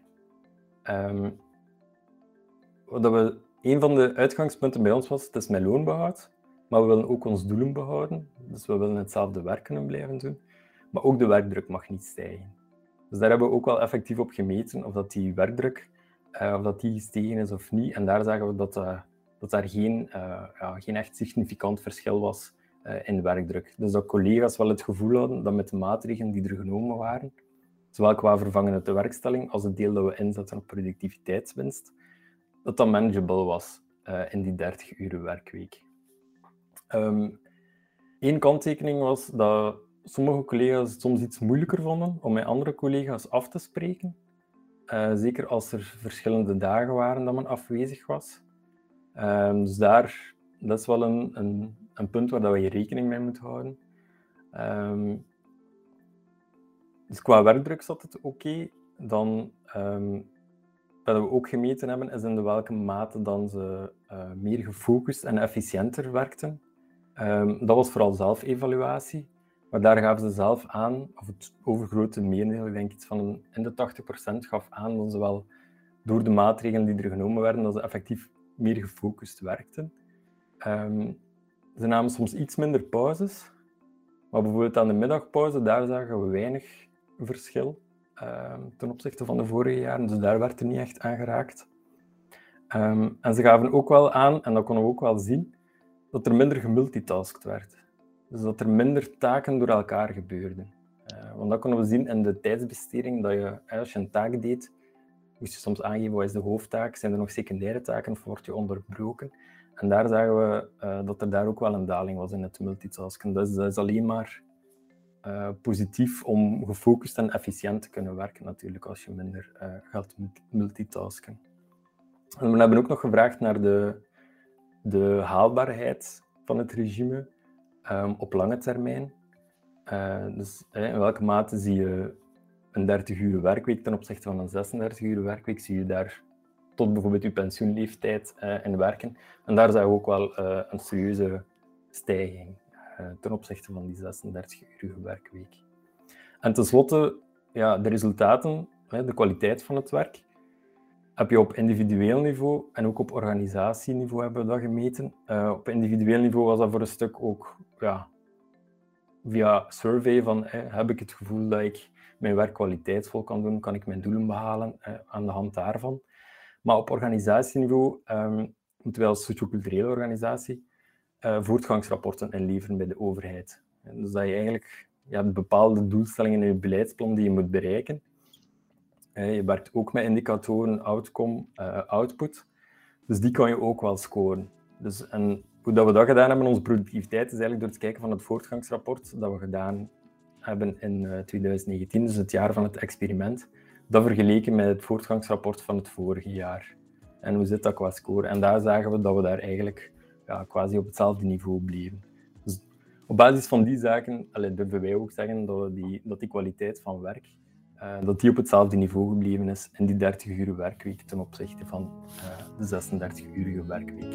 een van de uitgangspunten bij ons was, het is met loonbehoud, maar we willen ook ons doelen behouden. Dus we willen hetzelfde werk kunnen blijven doen. Maar ook de werkdruk mag niet stijgen. Dus daar hebben we ook wel effectief op gemeten of dat die werkdruk of dat die gestegen is of niet. En daar zagen we dat daar geen echt significant verschil was in de werkdruk. Dus dat collega's wel het gevoel hadden dat met de maatregelen die er genomen waren, zowel qua vervangende tewerkstelling als het deel dat we inzetten op productiviteitswinst, dat manageable was in die 30-uur werkweek. Eén kanttekening was dat sommige collega's het soms iets moeilijker vonden om met andere collega's af te spreken. Zeker als er verschillende dagen waren dat men afwezig was. Dus dat is wel een punt waar we rekening mee moeten houden. Dus qua werkdruk zat het oké. Dan wat we ook gemeten hebben, is in welke mate dan ze meer gefocust en efficiënter werkten. Dat was vooral zelfevaluatie. Maar daar gaven ze zelf aan, of het overgrote merendeel, ik denk iets van in de 80% gaf aan dat ze wel door de maatregelen die er genomen werden, dat ze effectief meer gefocust werkten. Ze namen soms iets minder pauzes, maar bijvoorbeeld aan de middagpauze, daar zagen we weinig verschil ten opzichte van de vorige jaren, dus daar werd er niet echt aan geraakt. En ze gaven ook wel aan, en dat konden we ook wel zien, dat er minder gemultitaskt werd. Dus dat er minder taken door elkaar gebeurden. Want dat konden we zien in de tijdsbesteding, dat je, als je een taak deed, moest je soms aangeven wat is de hoofdtaak, zijn er nog secundaire taken of word je onderbroken. En daar zagen we dat er daar ook wel een daling was in het multitasken. Dus dat is alleen maar positief om gefocust en efficiënt te kunnen werken, natuurlijk, als je minder gaat multitasken. En we hebben ook nog gevraagd naar de haalbaarheid van het regime op lange termijn. Dus in welke mate zie je een 30-uur werkweek ten opzichte van een 36-uur werkweek, zie je daar tot bijvoorbeeld je pensioenleeftijd in werken. En daar zagen we ook wel een serieuze stijging ten opzichte van die 36-uurige werkweek. En tenslotte, de resultaten, de kwaliteit van het werk, heb je op individueel niveau en ook op organisatieniveau hebben we dat gemeten. Op individueel niveau was dat voor een stuk ook via survey van heb ik het gevoel dat ik mijn werk kwaliteitsvol kan doen, kan ik mijn doelen behalen aan de hand daarvan. Maar op organisatieniveau moeten wij als socioculturele organisatie voortgangsrapporten inleveren bij de overheid. Dus dat je eigenlijk bepaalde doelstellingen in je beleidsplan die je moet bereiken. Je werkt ook met indicatoren, outcome, output. Dus die kan je ook wel scoren. Dus, en hoe dat we dat gedaan hebben, onze productiviteit, is eigenlijk door het kijken van het voortgangsrapport dat we gedaan hebben in 2019, dus het jaar van het experiment, dat vergeleken met het voortgangsrapport van het vorige jaar. En hoe zit dat qua score? En daar zagen we dat we daar eigenlijk quasi op hetzelfde niveau bleven. Dus op basis van die zaken durven wij ook zeggen dat die kwaliteit van werk dat die op hetzelfde niveau gebleven is in die 30-uur werkweek ten opzichte van de 36-urige werkweek.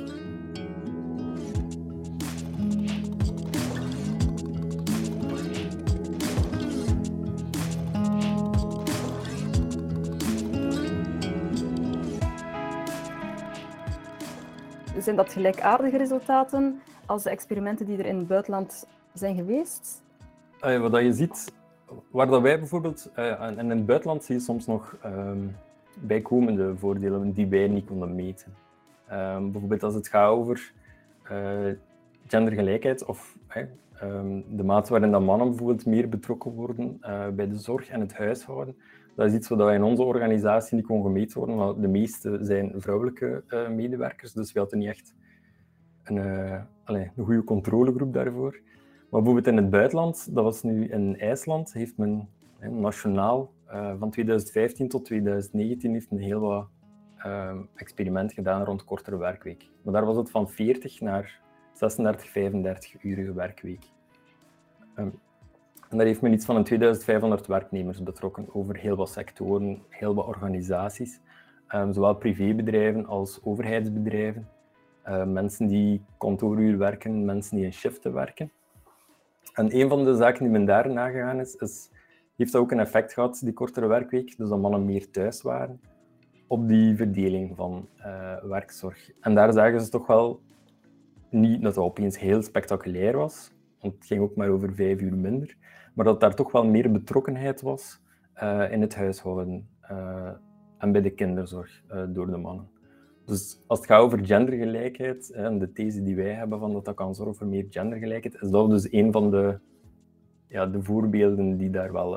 Zijn dat gelijkaardige resultaten als de experimenten die er in het buitenland zijn geweest? Wat je ziet, waar dat wij bijvoorbeeld, en in het buitenland zie je soms nog bijkomende voordelen die wij niet konden meten. Bijvoorbeeld als het gaat over gendergelijkheid of de mate waarin dat mannen bijvoorbeeld meer betrokken worden bij de zorg en het huishouden. Dat is iets wat in onze organisatie niet kon gemeten worden, want de meeste zijn vrouwelijke medewerkers, dus we hadden niet echt een goede controlegroep daarvoor. Maar bijvoorbeeld in het buitenland, dat was nu in IJsland, heeft men Nationaal, van 2015 tot 2019 heeft men heel wat experimenten gedaan rond kortere werkweek. Maar daar was het van 40 naar 36, 35-urige werkweek. En daar heeft men iets van een 2500 werknemers betrokken over heel wat sectoren, heel wat organisaties. Zowel privébedrijven als overheidsbedrijven. Mensen die kantooruur werken, mensen die in shiften werken. En een van de zaken die men daar nagegaan is heeft ook een effect gehad, die kortere werkweek, dus dat mannen meer thuis waren, op die verdeling van werkzorg. En daar zagen ze toch wel niet dat het opeens heel spectaculair was, want het ging ook maar over 5 uur minder, maar dat daar toch wel meer betrokkenheid was in het huishouden en bij de kinderzorg door de mannen. Dus als het gaat over gendergelijkheid, en de these die wij hebben van dat kan zorgen voor meer gendergelijkheid, is dat dus een van de voorbeelden die daar wel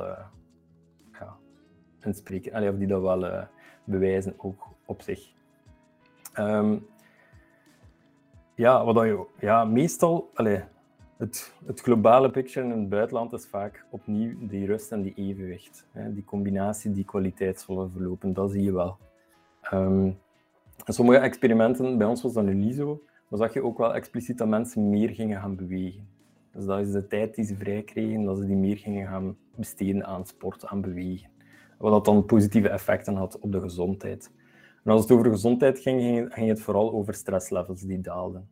in spreken, of die dat wel bewijzen ook op zich. Meestal, het globale picture in het buitenland is vaak opnieuw die rust en die evenwicht. Die combinatie, die kwaliteitsvolle verlopen, dat zie je wel. Sommige experimenten, bij ons was dat nu niet zo, maar zag je ook wel expliciet dat mensen meer gingen gaan bewegen. Dus dat is de tijd die ze vrij kregen, dat ze die meer gingen gaan besteden aan sport, aan bewegen. Wat dat dan positieve effecten had op de gezondheid. En als het over gezondheid ging het vooral over stresslevels die daalden.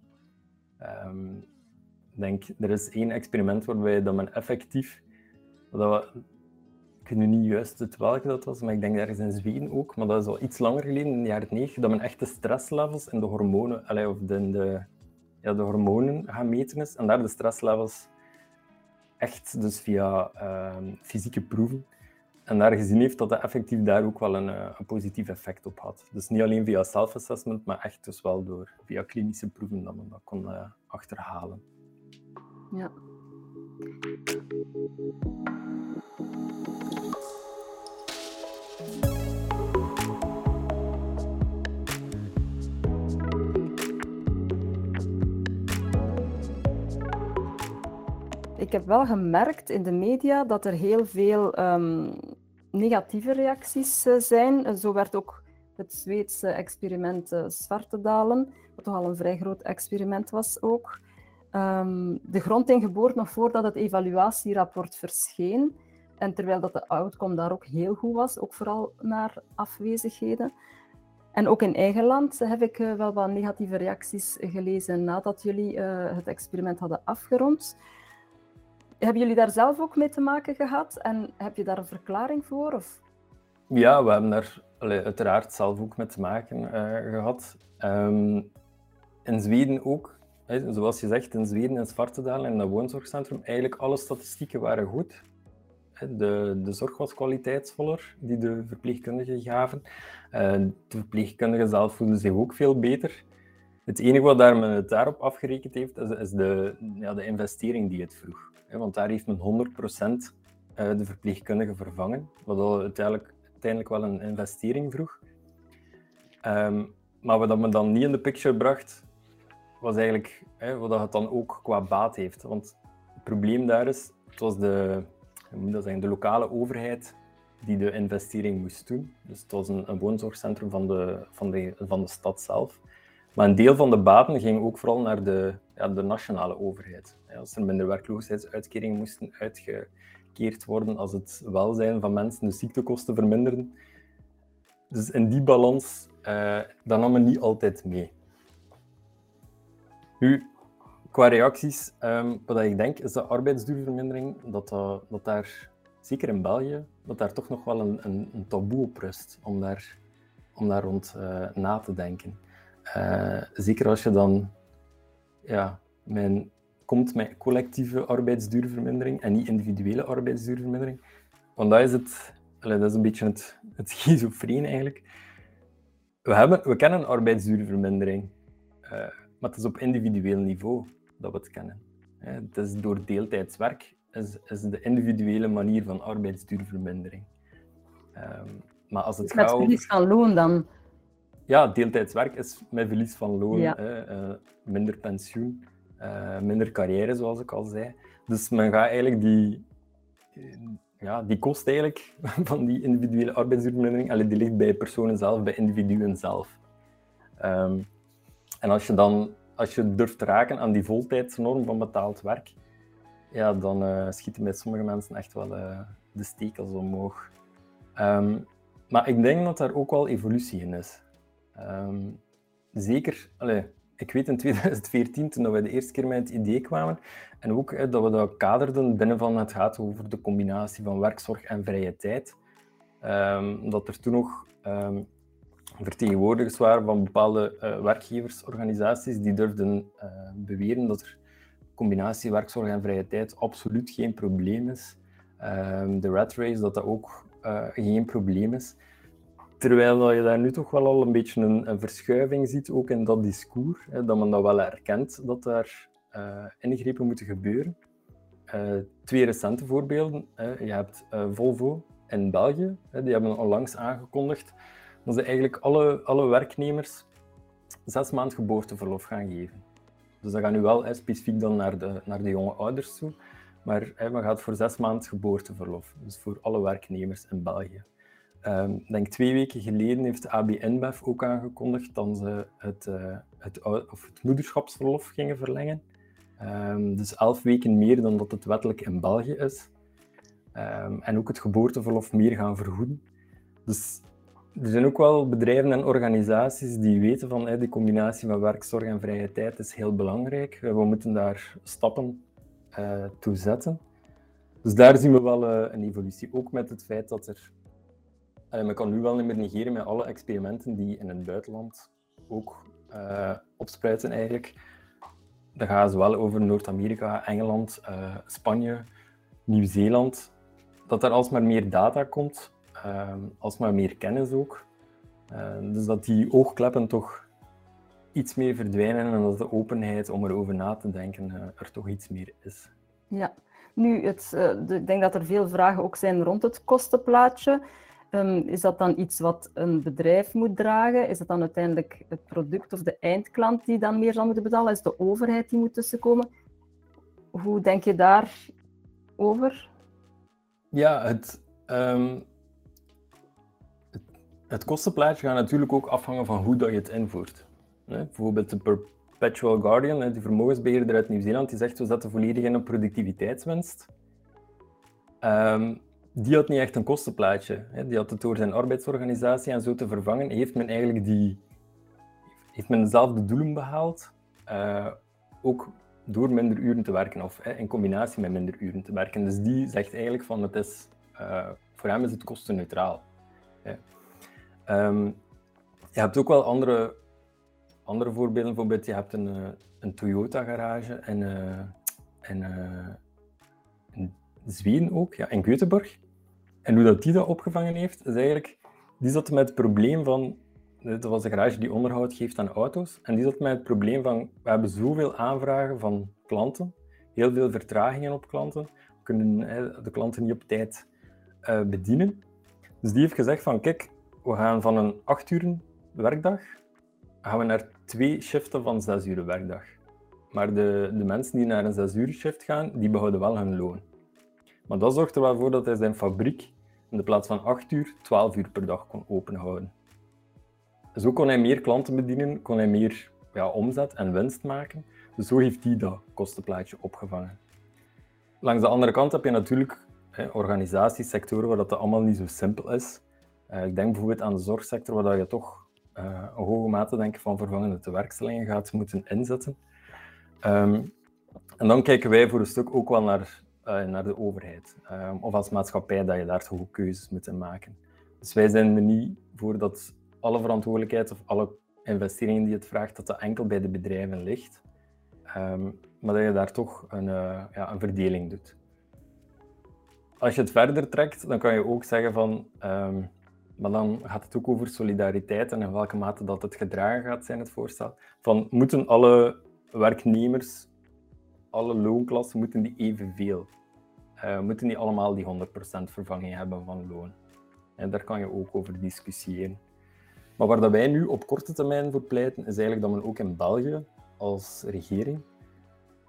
Er is één experiment waarbij dat men effectief, ik weet nu niet juist het welke dat was, maar ik denk ergens in Zweden ook, maar dat is al iets langer geleden, in de jaren 90, dat men echt de stresslevels en de hormonen, de hormonen gaan meten is. En daar de stresslevels echt dus via fysieke proeven. En daar gezien heeft dat effectief daar ook wel een positief effect op had. Dus niet alleen via self-assessment, maar echt dus wel via klinische proeven dat men dat kon achterhalen. Ja. Ik heb wel gemerkt in de media dat er heel veel negatieve reacties zijn. Zo werd ook het Zweedse experiment Svartedalen, wat toch al een vrij groot experiment was ook, de grond ingeboord nog voordat het evaluatierapport verscheen. En terwijl dat de outcome daar ook heel goed was, ook vooral naar afwezigheden. En ook in eigen land heb ik wel wat negatieve reacties gelezen nadat jullie het experiment hadden afgerond. Hebben jullie daar zelf ook mee te maken gehad en heb je daar een verklaring voor? Of? Ja, we hebben daar uiteraard zelf ook mee te maken gehad. In Zweden ook, zoals je zegt, in Zweden in Svartedalen, in dat woonzorgcentrum, eigenlijk alle statistieken waren goed. De zorg was kwaliteitsvoller, die de verpleegkundigen gaven. De verpleegkundigen zelf voelden zich ook veel beter. Het enige wat men het daarop afgerekend heeft, is de investering die het vroeg. Want daar heeft men 100% de verpleegkundigen vervangen, wat uiteindelijk wel een investering vroeg. Maar wat men dan niet in de picture bracht, was eigenlijk wat het dan ook qua baat heeft. Want het probleem daar is, het was de lokale overheid die de investering moest doen. Dus het was een woonzorgcentrum van de stad zelf. Maar een deel van de baten ging ook vooral naar de nationale overheid. Als er minder werkloosheidsuitkeringen moesten uitgekeerd worden, als het welzijn van mensen, de ziektekosten verminderden. Dus in die balans, dat nam men niet altijd mee. Nu, qua reacties, wat ik denk, is de arbeidsduurvermindering, dat daar, zeker in België, dat daar toch nog wel een taboe op rust om daar rond na te denken. Zeker als je dan komt met collectieve arbeidsduurvermindering en niet individuele arbeidsduurvermindering. Want dat is een beetje het schizofreen eigenlijk. We kennen arbeidsduurvermindering, maar het is op individueel niveau dat we het kennen. Het is door deeltijdswerk is de individuele manier van arbeidsduurvermindering. Maar als het gaat over... Met verlies van loon dan? Ja, deeltijdswerk is met verlies van loon, ja. Minder pensioen, minder carrière, zoals ik al zei. Dus men gaat eigenlijk die kost eigenlijk van die individuele arbeidsuurvermindering, die ligt bij personen zelf, bij individuen zelf. En als je durft te raken aan die voltijdsnorm van betaald werk, ja, dan schieten bij sommige mensen echt wel de stekels omhoog. Maar ik denk dat daar ook wel evolutie in is. Zeker, ik weet in 2014, toen we de eerste keer met het idee kwamen, en ook dat we dat kaderden binnen van het gaat over de combinatie van werkzorg en vrije tijd, dat er toen nog vertegenwoordigers waren van bepaalde werkgeversorganisaties die durfden beweren dat er combinatie werkzorg en vrije tijd absoluut geen probleem is. De rat race, dat ook geen probleem is. Terwijl je daar nu toch wel al een beetje een verschuiving ziet, ook in dat discours, dat men dat wel erkent, dat daar ingrepen moeten gebeuren. 2 recente voorbeelden. Je hebt Volvo in België, die hebben onlangs aangekondigd dat ze eigenlijk alle werknemers 6 maanden geboorteverlof gaan geven. Dus dat gaat nu wel specifiek dan naar de jonge ouders toe, maar men gaat voor 6 maanden geboorteverlof, dus voor alle werknemers in België. Ik denk 2 weken geleden heeft de AB InBev ook aangekondigd dat ze het moederschapsverlof gingen verlengen. Dus 11 weken meer dan dat het wettelijk in België is. En ook het geboorteverlof meer gaan vergoeden. Dus er zijn ook wel bedrijven en organisaties die weten van die combinatie van werkzorg en vrije tijd is heel belangrijk. We moeten daar stappen toe zetten. Dus daar zien we wel een evolutie. Ook met het feit dat men kan nu wel niet meer negeren met alle experimenten die in het buitenland ook opspruiten eigenlijk. Dat gaat zowel over Noord-Amerika, Engeland, Spanje, Nieuw-Zeeland. Dat er alsmaar meer data komt, alsmaar meer kennis ook. Dus dat die oogkleppen toch iets meer verdwijnen en dat de openheid om erover na te denken er toch iets meer is. Ja, nu, ik denk dat er veel vragen ook zijn rond het kostenplaatje. Is dat dan iets wat een bedrijf moet dragen? Is dat dan uiteindelijk het product of de eindklant die dan meer zal moeten betalen? Is de overheid die moet tussenkomen? Hoe denk je daarover? Ja, het kostenplaatje gaat natuurlijk ook afhangen van hoe dat je het invoert. Bijvoorbeeld de Perpetual Guardian, die vermogensbeheerder uit Nieuw-Zeeland, die zegt we zetten volledig in op productiviteitswinst. Die had niet echt een kostenplaatje. Die had het door zijn arbeidsorganisatie en zo te vervangen. Heeft men dezelfde doelen behaald, ook door minder uren te werken of in combinatie met minder uren te werken. Dus die zegt eigenlijk van voor hem is het kostenneutraal. Je hebt ook wel andere voorbeelden. Bijvoorbeeld, je hebt een Toyota-garage in Zweden ook, in Göteborg. En hoe die dat opgevangen heeft, is eigenlijk... Die zat met het probleem van... Dat was een garage die onderhoud geeft aan auto's. En die zat met het probleem van... We hebben zoveel aanvragen van klanten. Heel veel vertragingen op klanten. We kunnen de klanten niet op tijd bedienen. Dus die heeft gezegd van... Kijk, we gaan van een 8-uur werkdag... gaan we naar 2 shiften van 6-uur werkdag. Maar de mensen die naar een 6-uur shift gaan, die behouden wel hun loon. Maar dat zorgt er wel voor dat hij zijn fabriek in de plaats van 8 uur, 12 uur per dag kon openhouden. Zo kon hij meer klanten bedienen, kon hij meer omzet en winst maken. Dus zo heeft hij dat kostenplaatje opgevangen. Langs de andere kant heb je natuurlijk organisaties, sectoren waar dat allemaal niet zo simpel is. Ik denk bijvoorbeeld aan de zorgsector, waar je toch een hoge mate van vervangende tewerkstellingen gaat moeten inzetten. En dan kijken wij voor een stuk ook wel naar de overheid. Of als maatschappij dat je daar toch ook keuzes moet in maken. Dus wij zijn er niet voor dat alle verantwoordelijkheid of alle investeringen die het vraagt, dat enkel bij de bedrijven ligt. Maar dat je daar toch een verdeling doet. Als je het verder trekt, dan kan je ook zeggen van... maar dan gaat het ook over solidariteit en in welke mate dat het gedragen gaat zijn, het voorstel. Van, moeten alle werknemers, alle loonklassen, moeten die evenveel? Moeten die allemaal die 100% vervanging hebben van loon? En daar kan je ook over discussiëren. Maar waar dat wij nu op korte termijn voor pleiten, is eigenlijk dat men ook in België als regering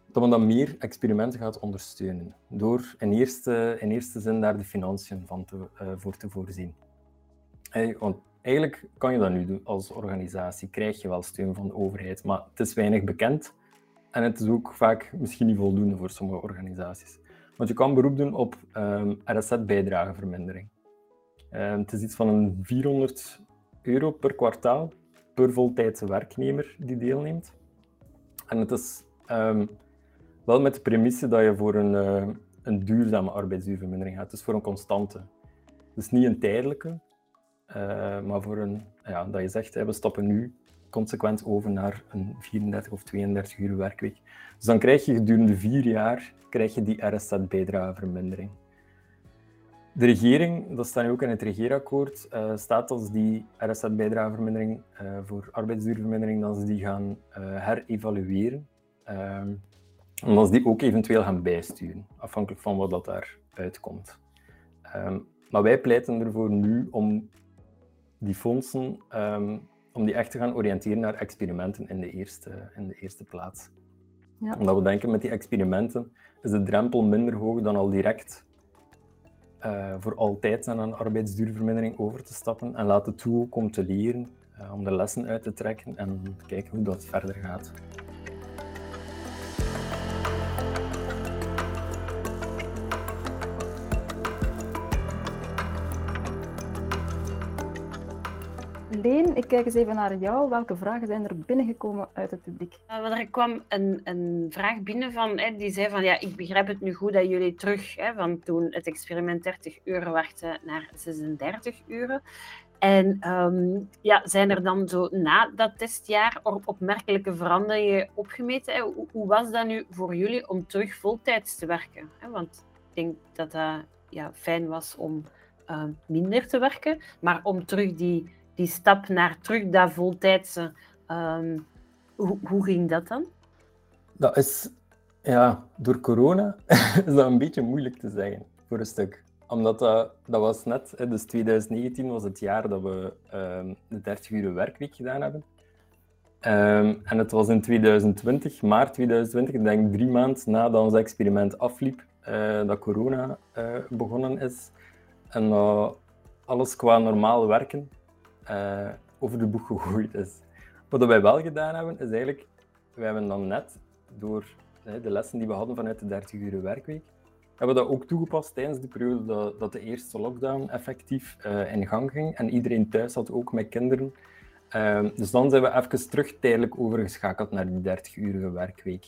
dat men dan meer experimenten gaat ondersteunen, door in eerste zin daar de financiën voor te voorzien. Want eigenlijk kan je dat nu doen als organisatie, krijg je wel steun van de overheid, maar het is weinig bekend en het is ook vaak misschien niet voldoende voor sommige organisaties. Want je kan beroep doen op RSZ-bijdragevermindering. Het is iets van een €400 per kwartaal per voltijdse werknemer die deelneemt. En het is wel met de premisse dat je voor een duurzame arbeidsduurvermindering gaat, dus voor een constante. Dus niet een tijdelijke, maar voor dat je zegt, we stappen nu consequent over naar een 34 of 32 uur werkweek. Dus dan krijg je gedurende 4 jaar die RSZ-bijdragevermindering. De regering, dat staat nu ook in het regeerakkoord, staat als die RSZ-bijdragevermindering voor arbeidsduurvermindering, dat ze die gaan herevalueren. En dat ze die ook eventueel gaan bijsturen, afhankelijk van wat dat daaruit komt. Maar wij pleiten ervoor nu om die fondsen om die echt te gaan oriënteren naar experimenten in de eerste plaats. Ja. Omdat we denken, met die experimenten is de drempel minder hoog dan al direct voor altijd naar een arbeidsduurvermindering over te stappen en laten toe ook om te leren, om de lessen uit te trekken en te kijken hoe dat verder gaat. Leen, ik kijk eens even naar jou. Welke vragen zijn er binnengekomen uit het publiek? Er kwam een vraag binnen die zei van ja, ik begrijp het nu goed dat jullie terug van toen het experiment 30 uur werkte naar 36 uren. En zijn er dan zo na dat testjaar opmerkelijke veranderingen opgemeten? Hoe was dat nu voor jullie om terug voltijds te werken? Want ik denk dat dat fijn was om minder te werken, maar om terug die stap naar terug dat voltijdse, hoe ging dat dan? Dat is, door corona is dat een beetje moeilijk te zeggen, voor een stuk. Omdat dat was net, dus 2019 was het jaar dat we de 30 uur werkweek gedaan hebben. En het was in 2020, maart 2020, ik denk 3 maanden nadat ons experiment afliep, dat corona begonnen is. En alles qua normaal werken over de boeg gegooid is. Wat wij wel gedaan hebben, is eigenlijk, wij hebben dan net door de lessen die we hadden vanuit de 30 uur werkweek, hebben we dat ook toegepast tijdens de periode dat de eerste lockdown effectief in gang ging. En iedereen thuis zat, ook met kinderen. Dus dan zijn we even terug tijdelijk overgeschakeld naar die 30-urige werkweek.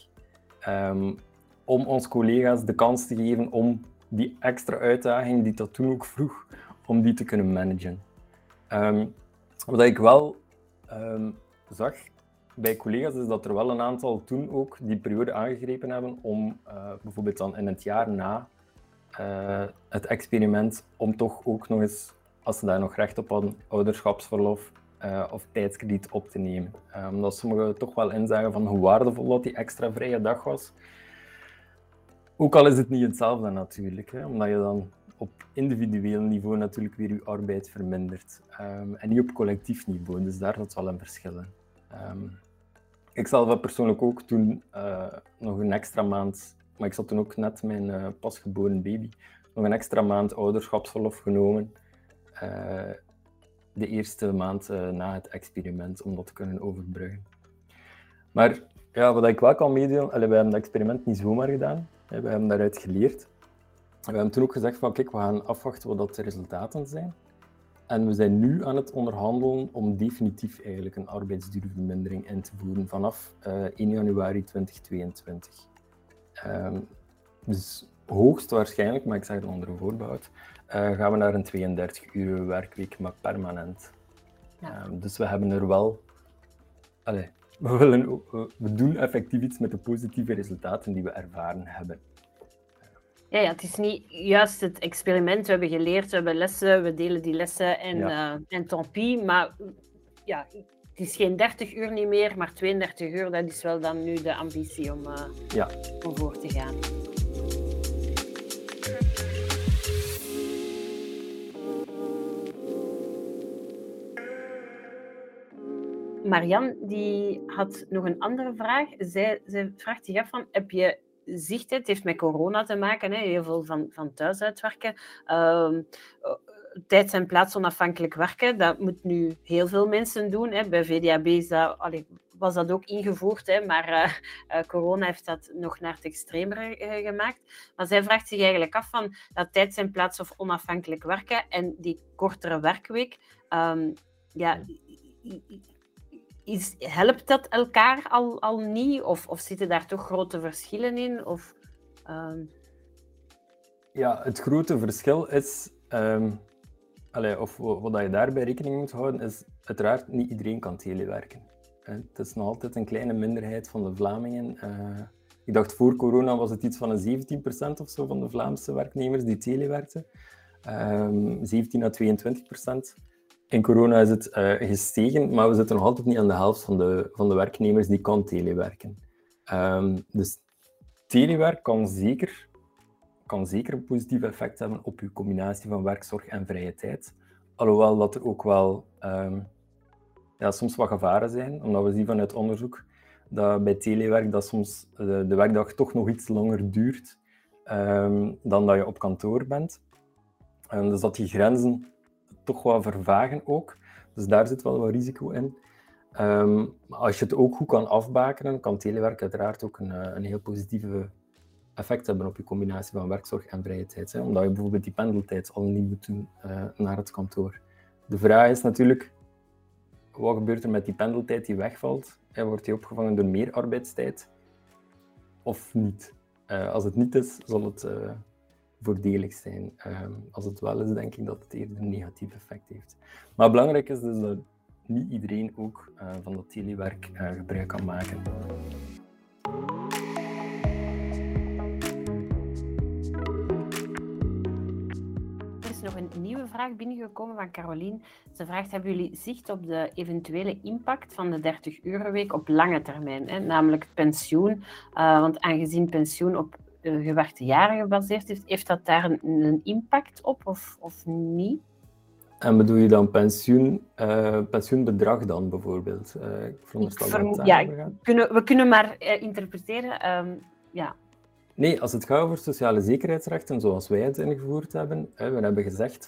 Om ons collega's de kans te geven om die extra uitdaging die dat toen ook vroeg, om die te kunnen managen. Wat ik wel zag bij collega's is dat er wel een aantal toen ook die periode aangegrepen hebben om bijvoorbeeld dan in het jaar na het experiment, om toch ook nog eens, als ze daar nog recht op hadden, ouderschapsverlof of tijdskrediet op te nemen. Omdat sommigen toch wel inzagen van hoe waardevol dat die extra vrije dag was. Ook al is het niet hetzelfde natuurlijk, omdat je dan op individueel niveau natuurlijk weer je arbeid vermindert. En niet op collectief niveau, dus daar zat wel een verschil in. Ik zelf heb persoonlijk ook toen nog een extra maand, maar ik zat toen ook net mijn pasgeboren baby, nog een extra maand ouderschapsverlof genomen. De eerste maand na het experiment, om dat te kunnen overbruggen. Maar wat ik wel kan meedelen, we hebben het experiment niet zomaar gedaan. We hebben daaruit geleerd. We hebben toen ook gezegd van kijk, we gaan afwachten wat de resultaten zijn. En we zijn nu aan het onderhandelen om definitief eigenlijk een arbeidsduurvermindering in te voeren vanaf 1 januari 2022. Dus hoogstwaarschijnlijk, maar ik zeg het onder een voorbehoud, gaan we naar een 32 uur werkweek, maar permanent. Ja. Dus we hebben er wel... we doen effectief iets met de positieve resultaten die we ervaren hebben. Ja, het is niet juist het experiment. We hebben geleerd, we hebben lessen, we delen die lessen en tant pis. Maar ja, het is geen 30 uur niet meer, maar 32 uur, dat is wel dan nu de ambitie om voor te gaan. Marianne die had nog een andere vraag. Zij vraagt zich af van, heb je zicht, het heeft met corona te maken, heel veel van thuis uitwerken. Tijds- en plaatsonafhankelijk werken, dat moet nu heel veel mensen doen. Bij VDAB is was dat ook ingevoerd, maar corona heeft dat nog naar het extremer gemaakt. Maar zij vraagt zich eigenlijk af van dat tijds- en plaats- of onafhankelijk werken en die kortere werkweek, helpt dat elkaar al niet? Of zitten daar toch grote verschillen in? Ja, het grote verschil is, of wat je daarbij rekening moet houden, is uiteraard niet iedereen kan telewerken. Het is nog altijd een kleine minderheid van de Vlamingen. Ik dacht voor corona was het iets van een 17% of zo van de Vlaamse werknemers die telewerkten. 17 à 22%. In corona is het gestegen, maar we zitten nog altijd niet aan de helft van de werknemers die kan telewerken. Dus telewerk kan zeker een positief effect hebben op je combinatie van werkzorg en vrije tijd. Alhoewel dat er ook wel soms wat gevaren zijn, omdat we zien vanuit onderzoek dat bij telewerk dat soms de werkdag toch nog iets langer duurt dan dat je op kantoor bent. Dus dat die grenzen toch wat vervagen ook. Dus daar zit wel wat risico in. Maar als je het ook goed kan afbakenen, kan telewerk uiteraard ook een heel positieve effect hebben op je combinatie van werkzorg en vrije tijd. Omdat je bijvoorbeeld die pendeltijd al niet moet doen naar het kantoor. De vraag is natuurlijk, wat gebeurt er met die pendeltijd die wegvalt? Wordt die opgevangen door meer arbeidstijd? Of niet? Als het niet is, zal het voordelig zijn. Als het wel is, denk ik dat het eerder een negatief effect heeft. Maar belangrijk is dus dat niet iedereen ook van dat telewerk gebruik kan maken. Er is nog een nieuwe vraag binnengekomen van Caroline. Ze vraagt, hebben jullie zicht op de eventuele impact van de 30-urenweek op lange termijn? Namelijk het pensioen. Want aangezien pensioen op gewerkte jaren gebaseerd is, heeft dat daar een impact op of niet? En bedoel je dan pensioenbedrag dan bijvoorbeeld? Ik veronderstel dat het daarover gaat. We kunnen maar interpreteren. Nee, als het gaat over sociale zekerheidsrechten, zoals wij het ingevoerd hebben, we hebben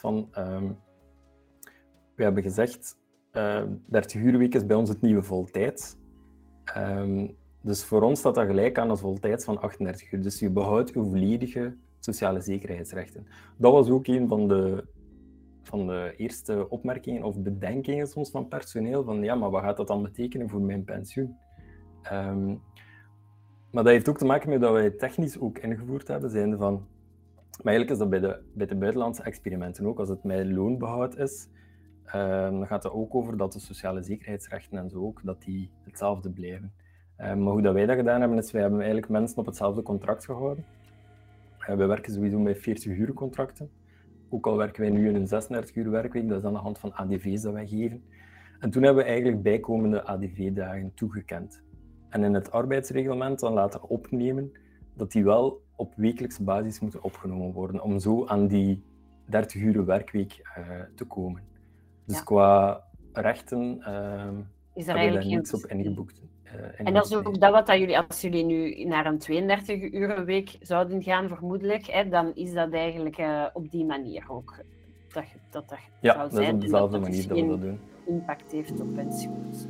gezegd, 30-uurweek is bij ons het nieuwe voltijds. Dus voor ons staat dat gelijk aan als voltijds van 38 uur. Dus je behoudt je volledige sociale zekerheidsrechten. Dat was ook een van de eerste opmerkingen of bedenkingen soms van personeel, van ja, maar wat gaat dat dan betekenen voor mijn pensioen? Maar dat heeft ook te maken met dat wij technisch ook ingevoerd hebben, zijnde van, maar eigenlijk is dat bij de buitenlandse experimenten ook, als het met loonbehoud is, dan gaat het ook over dat de sociale zekerheidsrechten en zo ook, dat die hetzelfde blijven. Maar hoe dat wij dat gedaan hebben, is wij hebben eigenlijk mensen op hetzelfde contract gehouden. Wij werken sowieso met 40-uur contracten. Ook al werken wij nu in een 36-uur werkweek, dat is aan de hand van ADV's dat wij geven. En toen hebben we eigenlijk bijkomende ADV-dagen toegekend. En in het arbeidsreglement dan laten opnemen dat die wel op wekelijkse basis moeten opgenomen worden, om zo aan die 30-uur werkweek te komen. Dus qua rechten is hebben we daar niets op ingeboekt. En dat is ook dat wat jullie, als jullie nu naar een 32-uur week zouden gaan, vermoedelijk, dan is dat eigenlijk op die manier ook. Dat ja, zou dat is zijn, op dezelfde dat manier dat we dat doen. Impact heeft op pensioens.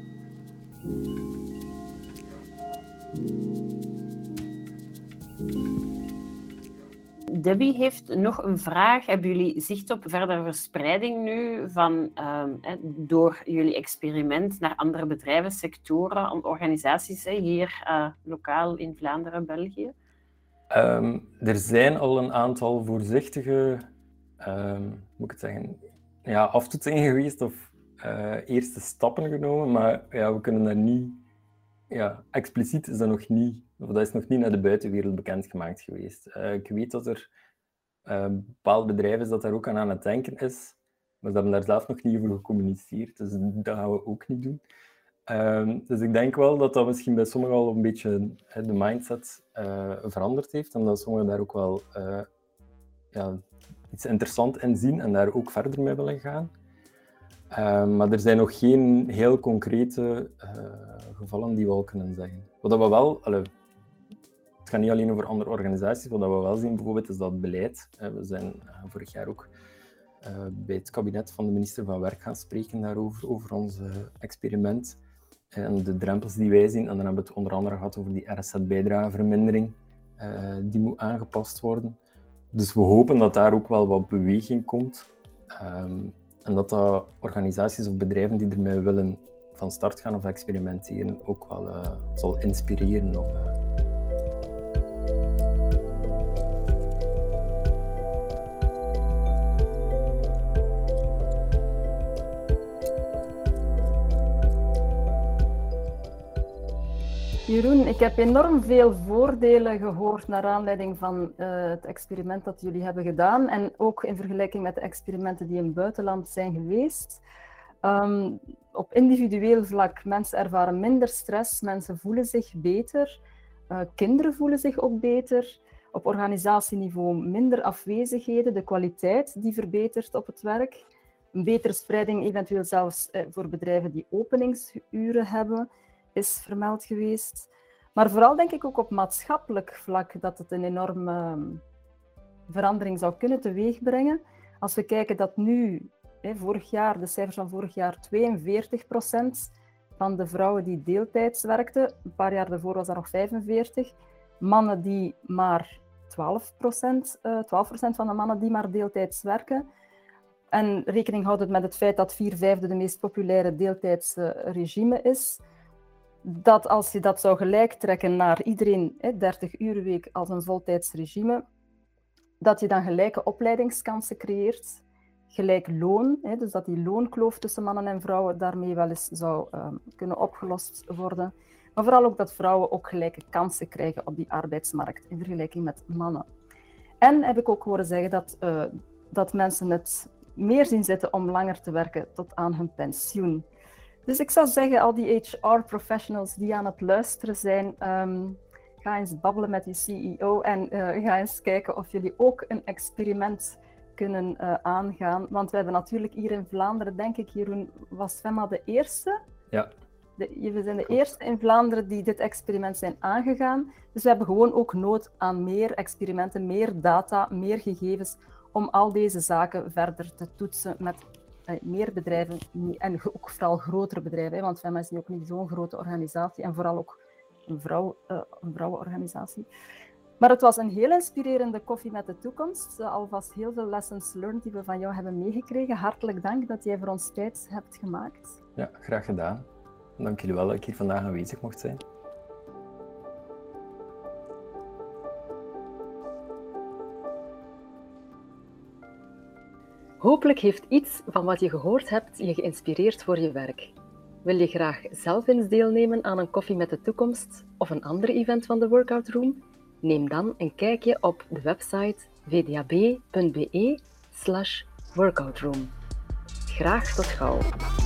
Debbie heeft nog een vraag. Hebben jullie zicht op verdere verspreiding nu van, door jullie experiment naar andere bedrijven, sectoren, organisaties hier lokaal in Vlaanderen, België? Er zijn al een aantal voorzichtige, moet ik het zeggen, aftoetsingen geweest of eerste stappen genomen, maar we kunnen daar niet, expliciet is dat nog niet, of dat is nog niet naar de buitenwereld bekendgemaakt geweest. Ik weet dat er bepaalde bedrijven dat daar ook aan het denken is, maar ze hebben daar zelf nog niet over gecommuniceerd, dus dat gaan we ook niet doen. Dus ik denk wel dat dat misschien bij sommigen al een beetje de mindset veranderd heeft en dat sommigen daar ook wel iets interessants in zien en daar ook verder mee willen gaan. Maar er zijn nog geen heel concrete gevallen die we al kunnen zeggen. Wat we wel... Het gaat niet alleen over andere organisaties. Wat we wel zien bijvoorbeeld is dat beleid. We zijn vorig jaar ook bij het kabinet van de minister van Werk gaan spreken daarover, over ons experiment. En de drempels die wij zien. En dan hebben we het onder andere gehad over die RSZ-bijdragevermindering. Die moet aangepast worden. Dus we hopen dat daar ook wel wat beweging komt. En dat organisaties of bedrijven die ermee willen van start gaan of experimenteren ook wel zal inspireren. Jeroen, ik heb enorm veel voordelen gehoord naar aanleiding van het experiment dat jullie hebben gedaan en ook in vergelijking met de experimenten die in het buitenland zijn geweest. Op individueel vlak, mensen ervaren minder stress, mensen voelen zich beter, kinderen voelen zich ook beter. Op organisatieniveau minder afwezigheden, de kwaliteit die verbetert op het werk. Een betere spreiding, eventueel zelfs voor bedrijven die openingsuren hebben, is vermeld geweest. Maar vooral denk ik ook op maatschappelijk vlak dat het een enorme verandering zou kunnen teweegbrengen. Als we kijken dat nu, vorig jaar, de cijfers van vorig jaar, 42% van de vrouwen die deeltijds werkten, een paar jaar daarvoor was dat nog 45%, mannen die maar 12% van de mannen die maar deeltijds werken. En rekening houdend met het feit dat 4/5 de meest populaire deeltijdsregime is, dat als je dat zou gelijk trekken naar iedereen, 30-urenweek als een voltijdsregime, dat je dan gelijke opleidingskansen creëert, gelijk loon, dus dat die loonkloof tussen mannen en vrouwen daarmee wel eens zou kunnen opgelost worden. Maar vooral ook dat vrouwen ook gelijke kansen krijgen op die arbeidsmarkt in vergelijking met mannen. En heb ik ook horen zeggen dat mensen het meer zien zitten om langer te werken tot aan hun pensioen. Dus ik zou zeggen, al die HR-professionals die aan het luisteren zijn, ga eens babbelen met je CEO en ga eens kijken of jullie ook een experiment kunnen aangaan. Want we hebben natuurlijk hier in Vlaanderen, denk ik, Jeroen, was Femma de eerste? Ja. We zijn de eerste in Vlaanderen die dit experiment zijn aangegaan. Dus we hebben gewoon ook nood aan meer experimenten, meer data, meer gegevens om al deze zaken verder te toetsen met meer bedrijven en ook vooral grotere bedrijven, want Femma is nu ook niet zo'n grote organisatie en vooral ook een vrouwenorganisatie. Maar het was een heel inspirerende koffie met de toekomst. Alvast heel veel lessons learned die we van jou hebben meegekregen. Hartelijk dank dat jij voor ons tijd hebt gemaakt. Ja, graag gedaan. Dank jullie wel dat ik hier vandaag aanwezig mocht zijn. Hopelijk heeft iets van wat je gehoord hebt je geïnspireerd voor je werk. Wil je graag zelf eens deelnemen aan een koffie met de toekomst of een ander event van de Workout Room? Neem dan een kijkje op de website vdab.be/workoutroom. Graag tot gauw.